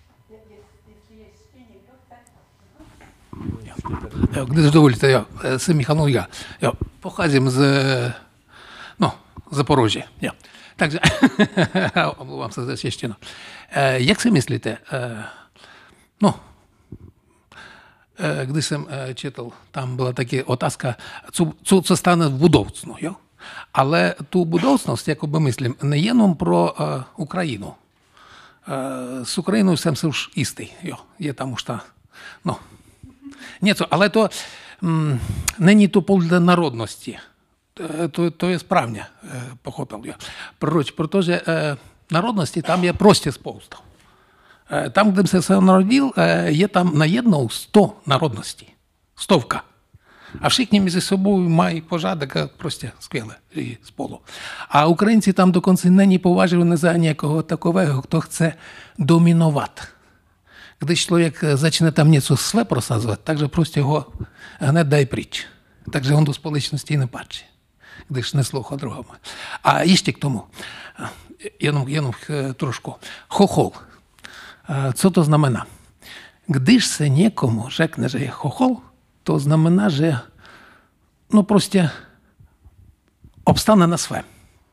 Když dovolíte, já jsem Michal Nulga. Já pocházím z no, Zaporoží. Já. Takže, omlouvám se za češtinu. Jak si myslíte, no, když jsem četl, tam byla taky otázka, co, co, co stane v budoucnu, jo? Ale tu budoucnost, jakoby myslím, nejenom pro uh, Ukrajinu. Uh, s Ukrajinою jsem se už jistý, jo, je tam už ta, no, něco, ale to mm, není to podle národnosti. To, to je správně, pochopil já. Proč? Protože uh, národnosti tam je prostě spousta. Tam, kde jsem se narodil, je tam najednou sto národností. Stovka. A všichni mezi sebou mají pořádek prostě skvěle spolu. A Ukrajinci tam dokonce není považovaní za někoho takového, kdo chce dominovat. Když člověk začne tam něco své prosazovat, takže prostě ho hned dají pryč. Takže on do společnosti nepatří, když neslouchá druhому. A ještě k tomu, jenom, jenom trošku, chochol. Co to znamená? Když se někomu řekne, že je chochol, to znamená, že no prostě obstane na svém.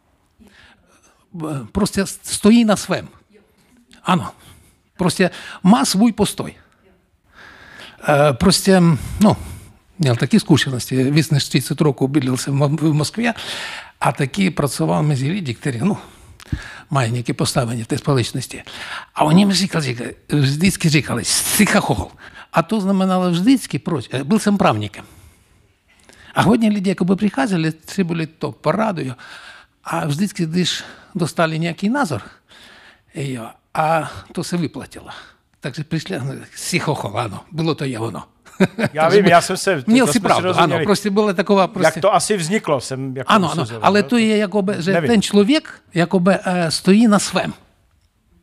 Prostě stojí na svém. Ano. Prostě má svůj postoj. Prostě, no, měl taky zkušenosti. Víc než třicet roků bydlel jsem v Moskvě a taky pracoval mezi lidi, kteří, no, mají nějaké postavení v té společnosti. A oni mi říkali, říkali vždycky říkali, jsi chochol. A to znamenalo vždycky, proč? Byl jsem právníkem. A hodně lidí jakoby přicházeli, třeba to poradují. A vždycky, když dostali nějaký názor, jo, a to se vyplatilo. Takže přišli, jsi chochol, ano, bylo to je ono. Já vím, já jsem se... Měl si pravdu, ano, prostě byla taková... Prostě... Jak to asi vzniklo, jsem jako ano, ano, ale to je jakoby, že ten člověk jakoby stojí na svém.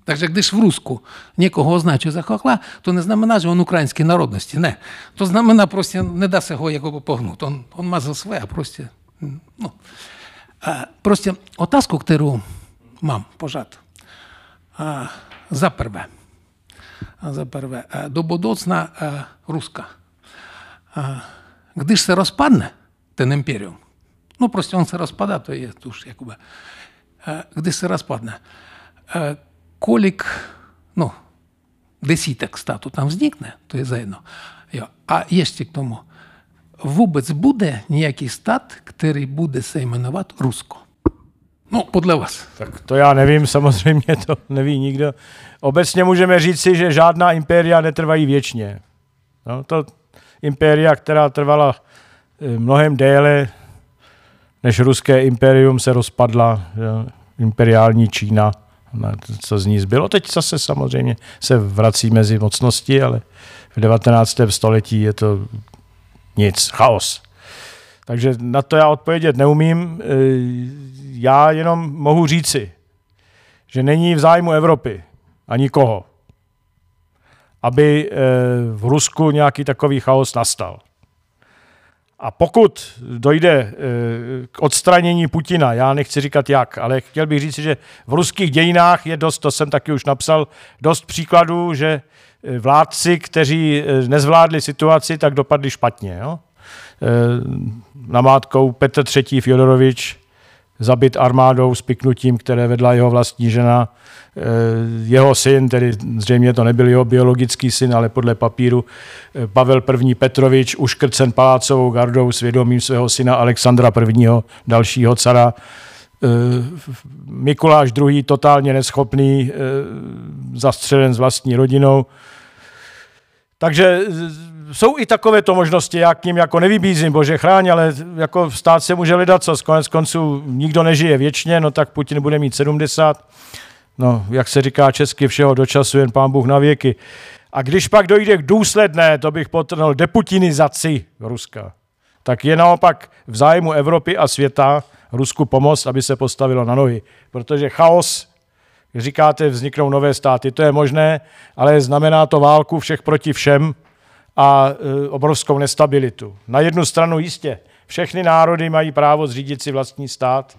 Takže když v Rusku někoho označují za chохла, to neznamená, že on ukrajinské národnosti. Ne. To znamená, prostě nedá se ho jako pohnout. On, on má za své a prostě... No. A prostě otázku, kterou mám pořád. A za prvé. A za prvé. A do budoucna a Ruska. A když se rozpadne ten imperium, no prostě on se rozpadá, to je už jakoby. A když se rozpadne, a kolik, no, desítek států tam vznikne, to je zajedno. Jo. A ještě k tomu, vůbec bude nějaký stát, který bude se jmenovat Rusko? No, podle vás. Tak to já nevím, samozřejmě to neví nikdo. Obecně můžeme říci, že žádná impéria netrvají věčně. No, to impéria, která trvala mnohem déle, než ruské impérium, se rozpadla, jo, imperiální Čína, co z ní zbylo. Teď zase samozřejmě se vrací mezi mocnosti, ale v devatenáctém století je to nic, chaos. Takže na to já odpovědět neumím. Já jenom mohu říci, že není v zájmu Evropy a nikoho, aby v Rusku nějaký takový chaos nastal. A pokud dojde k odstranění Putina, já nechci říkat jak, ale chtěl bych říct, že v ruských dějinách je dost, to jsem taky už napsal, dost příkladů, že vládci, kteří nezvládli situaci, tak dopadli špatně. Jo? Namátkou Petr třetí. Fjodorovič, zabit armádou s piknutím, které vedla jeho vlastní žena. Jeho syn, tedy zřejmě to nebyl jeho biologický syn, ale podle papíru Pavel první. Petrovič, uškrcen palácovou gardou svědomím svého syna Alexandra prvního. dalšího cara. Mikuláš druhý. totálně neschopný, zastřelen s vlastní rodinou. Takže jsou i takovéto možnosti, já k ním jako nevybízím, bože chráň, ale jako stát se může lidat, co konec konců nikdo nežije věčně, no tak Putin bude mít sedmdesát, no jak se říká česky, všeho do času, jen pán Bůh na věky. A když pak dojde k důsledné, to bych podtrhnul, deputinizaci Ruska, tak je naopak v zájmu Evropy a světa Rusku pomoct, aby se postavilo na nohy, protože chaos, když říkáte, vzniknou nové státy, to je možné, ale znamená to válku všech proti všem a e, obrovskou nestabilitu. Na jednu stranu jistě, všechny národy mají právo zřídit si vlastní stát.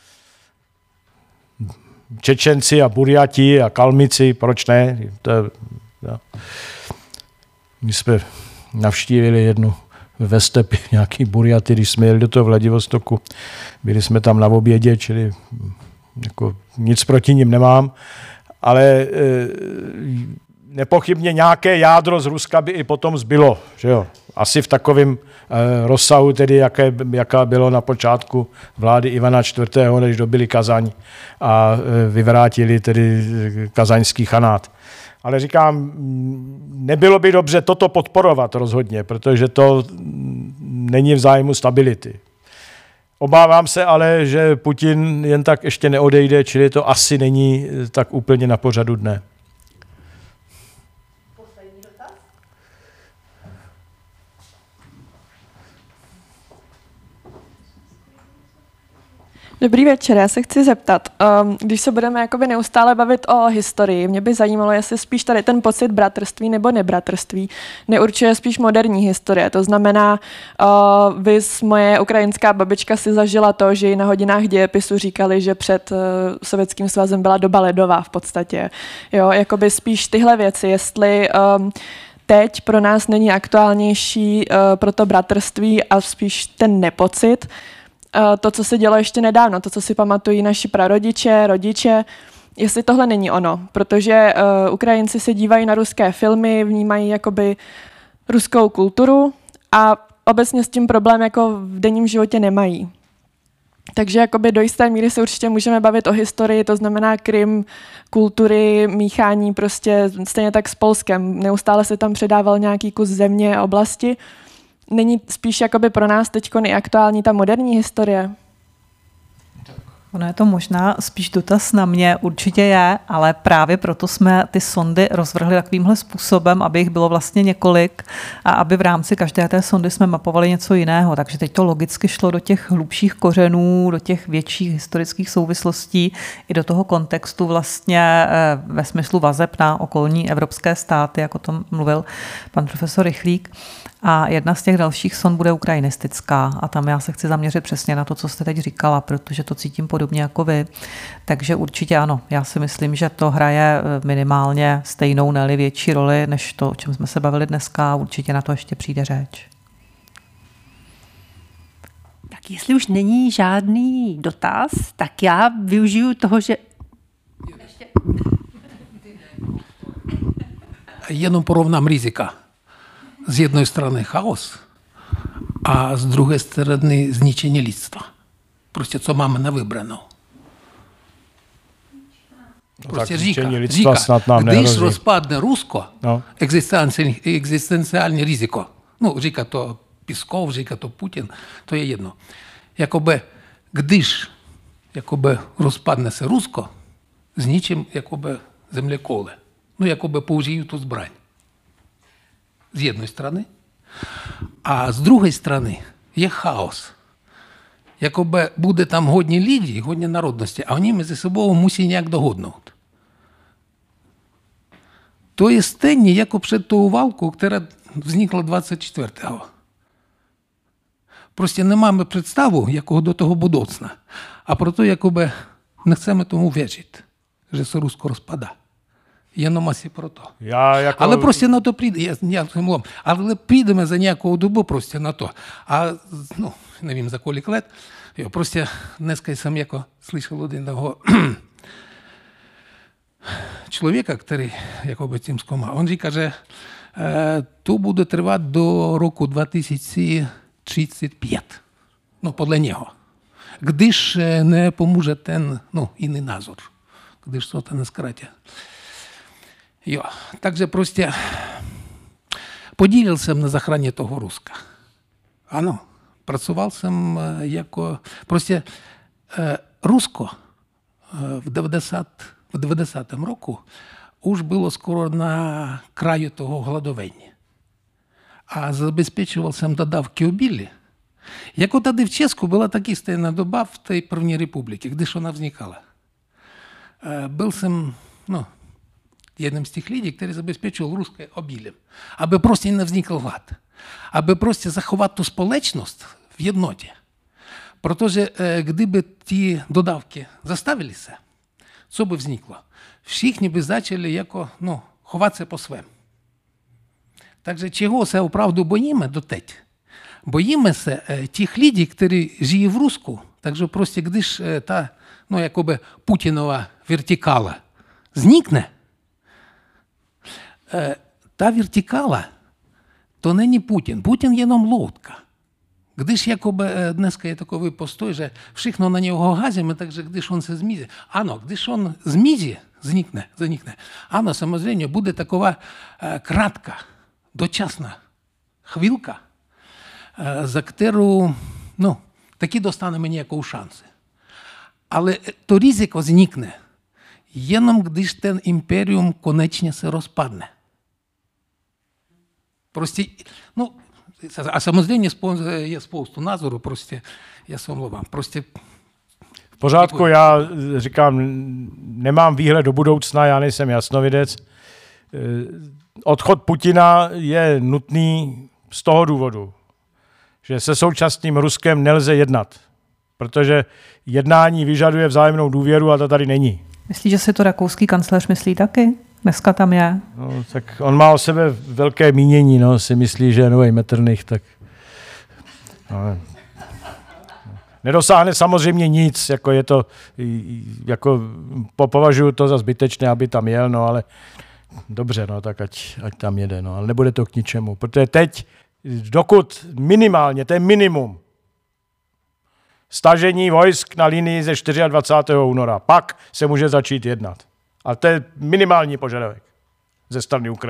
Čečenci a Burjati a Kalmici, proč ne? To je, ja. My jsme navštívili jednu ve stepi nějaký Burjaty, když jsme jeli do toho Vladivostoku. Byli jsme tam na obědě, čili jako nic proti nim nemám, ale e, nepochybně nějaké jádro z Ruska by i potom zbylo. Že jo? Asi v takovém e, rozsahu, tedy jaké, jaká bylo na počátku vlády Ivana čtvrtého. než dobili Kazaň a e, vyvrátili tedy kazaňský chanát. Ale říkám, nebylo by dobře toto podporovat rozhodně, protože to není v zájmu stability. Obávám se ale, že Putin jen tak ještě neodejde, čili to asi není tak úplně na pořadu dne. Poslední dotaz? Dobrý večer, já se chci zeptat, um, když se budeme jakoby neustále bavit o historii, mě by zajímalo, jestli spíš tady ten pocit bratrství nebo nebratrství neurčuje spíš moderní historie. To znamená, uh, vys moje ukrajinská babička si zažila to, že ji na hodinách dějepisu říkali, že před uh, Sovětským svazem byla doba ledová v podstatě. Jo, jakoby spíš tyhle věci, jestli um, teď pro nás není aktuálnější uh, pro to bratrství a spíš ten nepocit, to, co se dělo ještě nedávno, to, co si pamatují naši prarodiče, rodiče, jestli tohle není ono, protože uh, Ukrajinci se dívají na ruské filmy, vnímají jakoby ruskou kulturu a obecně s tím problém jako v denním životě nemají. Takže jakoby do jisté míry se určitě můžeme bavit o historii, to znamená Krym, kultury, míchání prostě stejně tak s Polskem. Neustále se tam předával nějaký kus země a oblasti. Není spíš jakoby pro nás teď nejaktuální ta moderní historie? Ono je to možná spíš dotaz na mě, určitě je, ale právě proto jsme ty sondy rozvrhli takovýmhle způsobem, aby jich bylo vlastně několik a aby v rámci každé té sondy jsme mapovali něco jiného. Takže teď to logicky šlo do těch hlubších kořenů, do těch větších historických souvislostí i do toho kontextu vlastně ve smyslu vazeb na okolní evropské státy, jako o tom mluvil pan profesor Rychlík. A jedna z těch dalších sond bude ukrajinistická a tam já se chci zaměřit přesně na to, co jste teď říkala, protože to cítím podobně jako vy. Takže určitě ano, já si myslím, že to hraje minimálně stejnou, ne-li větší roli, než to, o čem jsme se bavili dneska, a určitě na to ještě přijde řeč. Tak jestli už není žádný dotaz, tak já využiju toho, že... Ještě... Jenom porovnám rizika. Z jednej strany chaos, a z druhé strany zničení lidstva. Prostě co máme na vybranou. Prostě říká, říká když rozpadne Rusko, no. existenciální, existenciální riziko, no říká to Peskov, říká to Putin, to je jedno. Jakoby, když jakoby rozpadne se Rusko, zničím jakoby землеколи. Ну, jakoby použijí tu zbraň. Z jednej strany. A z druhej strany je chaos. Jakoby буде там hodně lidí, hodně народності, а вони між собою мусять ніяк dohodnout. To je stejně jako před tou válkou, která vznikla двадцять четвертого. Prostě nemáme představu, якого до того budoucna. A proto jakoby nechceme tomu věřit, že se Rusko rozpadá. Jenom asi proto. Já jako... Ale prostě na to přijde, já, já mluvím, ale přijdeme za nějakou dobu prostě na to. A no, nevím za kolik let, jo, prostě dneska jsem jako slyšel od jednoho člověka, který jakoby tím zkoumá. On říká, že e, to bude trvat do roku dva tisíce třicet pět. No, podle něho. Když не pomůže ten, no, jiný názor. Když to не zkrátí. Jo, takže prostě podílel jsem na zachraně toho Ruska. Ano, pracoval jsem jako, prostě eh, Rusko eh, v devadesátém roku už bylo skoro na краю toho hladovení. A zabezpečoval jsem dodávky obilí. Jako tady v Česku byla taky stejná doba v té první republice, když ona vznikala. Eh, byl jsem, no, jedním z těch lidí, který zabezpečil ruské obilím, aby prostě не vznikl hlad, aby prostě zachovat tu společnost v jednotě. Protože kdyby ty dodávky zastavili se, co by vzniklo? Všichni by začali jako, no, chovat se po svém. Takže čego se opravdu боїмо дотеď? Боїмо se těch lidí, kteří žijí v Rusku. Takže prostě když ta, no, jakoby Putinova vertikala znikne, ta vertikala, to není Putin. Putin jenom loutka. Když jakoby dneska je takový postoj, že všechno na něho házíme, takže když on se zmizí. Ano, když on zmizí, znikne, zanikne. Ano, samozřejmě bude taková krátká, dočasná chvílka, za kterou, no, taky dostaneme nějakou šanci. Ale to riziko znikne jenom když ten imperium konečně se rozpadne. Prostě, no, a samozřejmě je spoustu názorů, prostě, já se omlouvám, prostě... V pořádku, děkuji. Já říkám, nemám výhled do budoucna, já nejsem jasnovidec. Odchod Putina je nutný z toho důvodu, že se současným Ruskem nelze jednat, protože jednání vyžaduje vzájemnou důvěru a ta tady není. Myslíš, že si to rakouský kancléř myslí taky? Dneska tam je. No, tak on má o sebe velké mínění, no, si myslí, že je nový Metternich, tak no, nedosáhne samozřejmě nic, jako je to, jako považuji to za zbytečné, aby tam jel, no, ale dobře, no, tak ať, ať tam jede, no, ale nebude to k ničemu, protože teď, dokud minimálně, to je minimum, stažení vojsk na linii ze dvacátého čtvrtého února, pak se může začít jednat. A to je minimální požadavek ze strany Ukrajiny.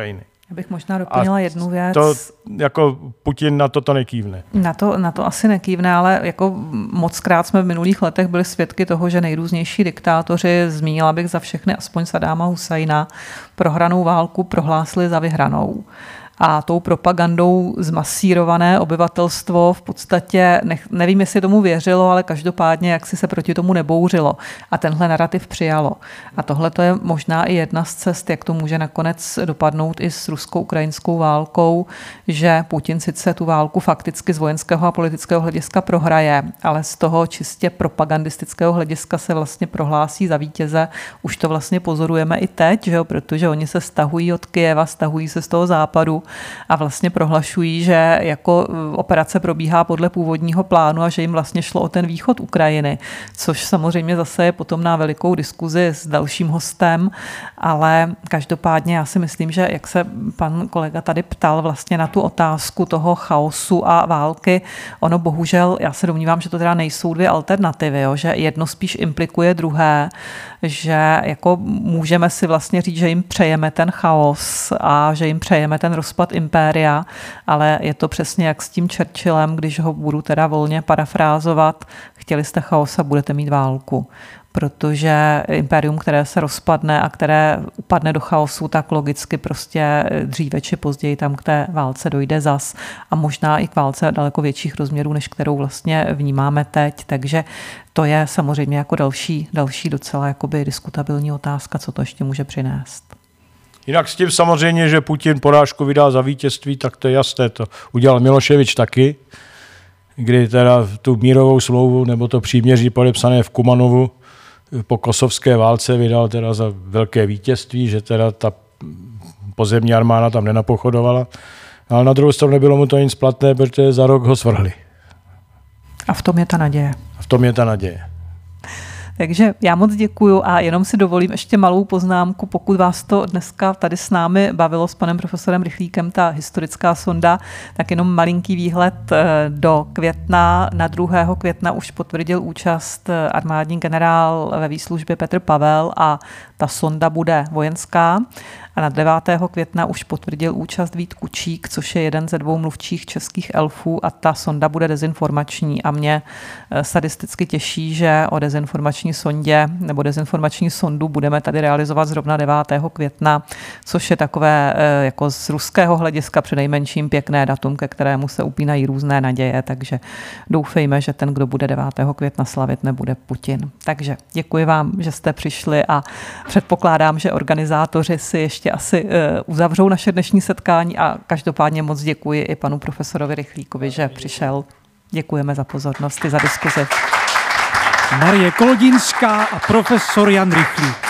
Já bych možná doplnila jednu věc. To jako Putin na to to nekývne. Na to, na to asi nekývne, ale jako mockrát jsme v minulých letech byli svědky toho, že nejrůznější diktátoři, zmínila bych za všechny aspoň Sadáma Husajna, prohranou válku prohlásili za vyhranou. A tou propagandou zmasírované obyvatelstvo v podstatě, nech, nevím, jestli tomu věřilo, ale každopádně jak si se proti tomu nebouřilo. A tenhle narrativ přijalo. A tohle to je možná i jedna z cest, jak to může nakonec dopadnout i s rusko-ukrajinskou válkou, že Putin sice tu válku fakticky z vojenského a politického hlediska prohraje, ale z toho čistě propagandistického hlediska se vlastně prohlásí za vítěze. Už to vlastně pozorujeme i teď, že jo? Protože oni se stahují od Kyjeva, stahují se z toho západu a vlastně prohlašují, že jako operace probíhá podle původního plánu a že jim vlastně šlo o ten východ Ukrajiny, což samozřejmě zase je potom na velikou diskuzi s dalším hostem, ale každopádně já si myslím, že jak se pan kolega tady ptal vlastně na tu otázku toho chaosu a války, ono bohužel, já se domnívám, že to teda nejsou dvě alternativy, jo, že jedno spíš implikuje druhé, že jako můžeme si vlastně říct, že jim přejeme ten chaos a že jim přejeme ten rozpad impéria, ale je to přesně jak s tím Churchillem, když ho budu teda volně parafrázovat, chtěli jste chaos a budete mít válku. Protože impérium, které se rozpadne a které upadne do chaosu, tak logicky prostě dříve či později tam k té válce dojde zas a možná i k válce daleko větších rozměrů, než kterou vlastně vnímáme teď. Takže to je samozřejmě jako další, další docela jakoby diskutabilní otázka, co to ještě může přinést. Jinak s tím samozřejmě, že Putin porážku vydá za vítězství, tak to je jasné. To udělal Miloševič taky, kdy teda tu mírovou smlouvu nebo to příměří podepsané v Kumanovu po kosovské válce vydal teda za velké vítězství, že teda ta pozemní armáda tam nenapochodovala. Ale na druhou stranu nebylo mu to nic platné, protože za rok ho svrhli. A v tom je ta naděje. A v tom je ta naděje. Takže já moc děkuju a jenom si dovolím ještě malou poznámku, pokud vás to dneska tady s námi bavilo s panem profesorem Rychlíkem, ta historická sonda, tak jenom malinký výhled do května. Na druhého května už potvrdil účast armádní generál ve výslužbě Petr Pavel a ta sonda bude vojenská. A na devátého května už potvrdil účast Vít Kučík, což je jeden ze dvou mluvčích českých elfů a ta sonda bude dezinformační a mě sadisticky těší, že o dezinformační sondě nebo dezinformační sondu budeme tady realizovat zrovna devátého května, což je takové jako z ruského hlediska přinejmenším pěkné datum, ke kterému se upínají různé naděje, takže doufejme, že ten, kdo bude devátého května slavit, nebude Putin. Takže děkuji vám, že jste přišli a předpokládám, že organizátoři si ještě asi uzavřou naše dnešní setkání a každopádně moc děkuji i panu profesorovi Rychlíkovi, že přišel. Děkujeme za pozornost i za diskuzi. Marie Kolodinská a profesor Jan Rychlík.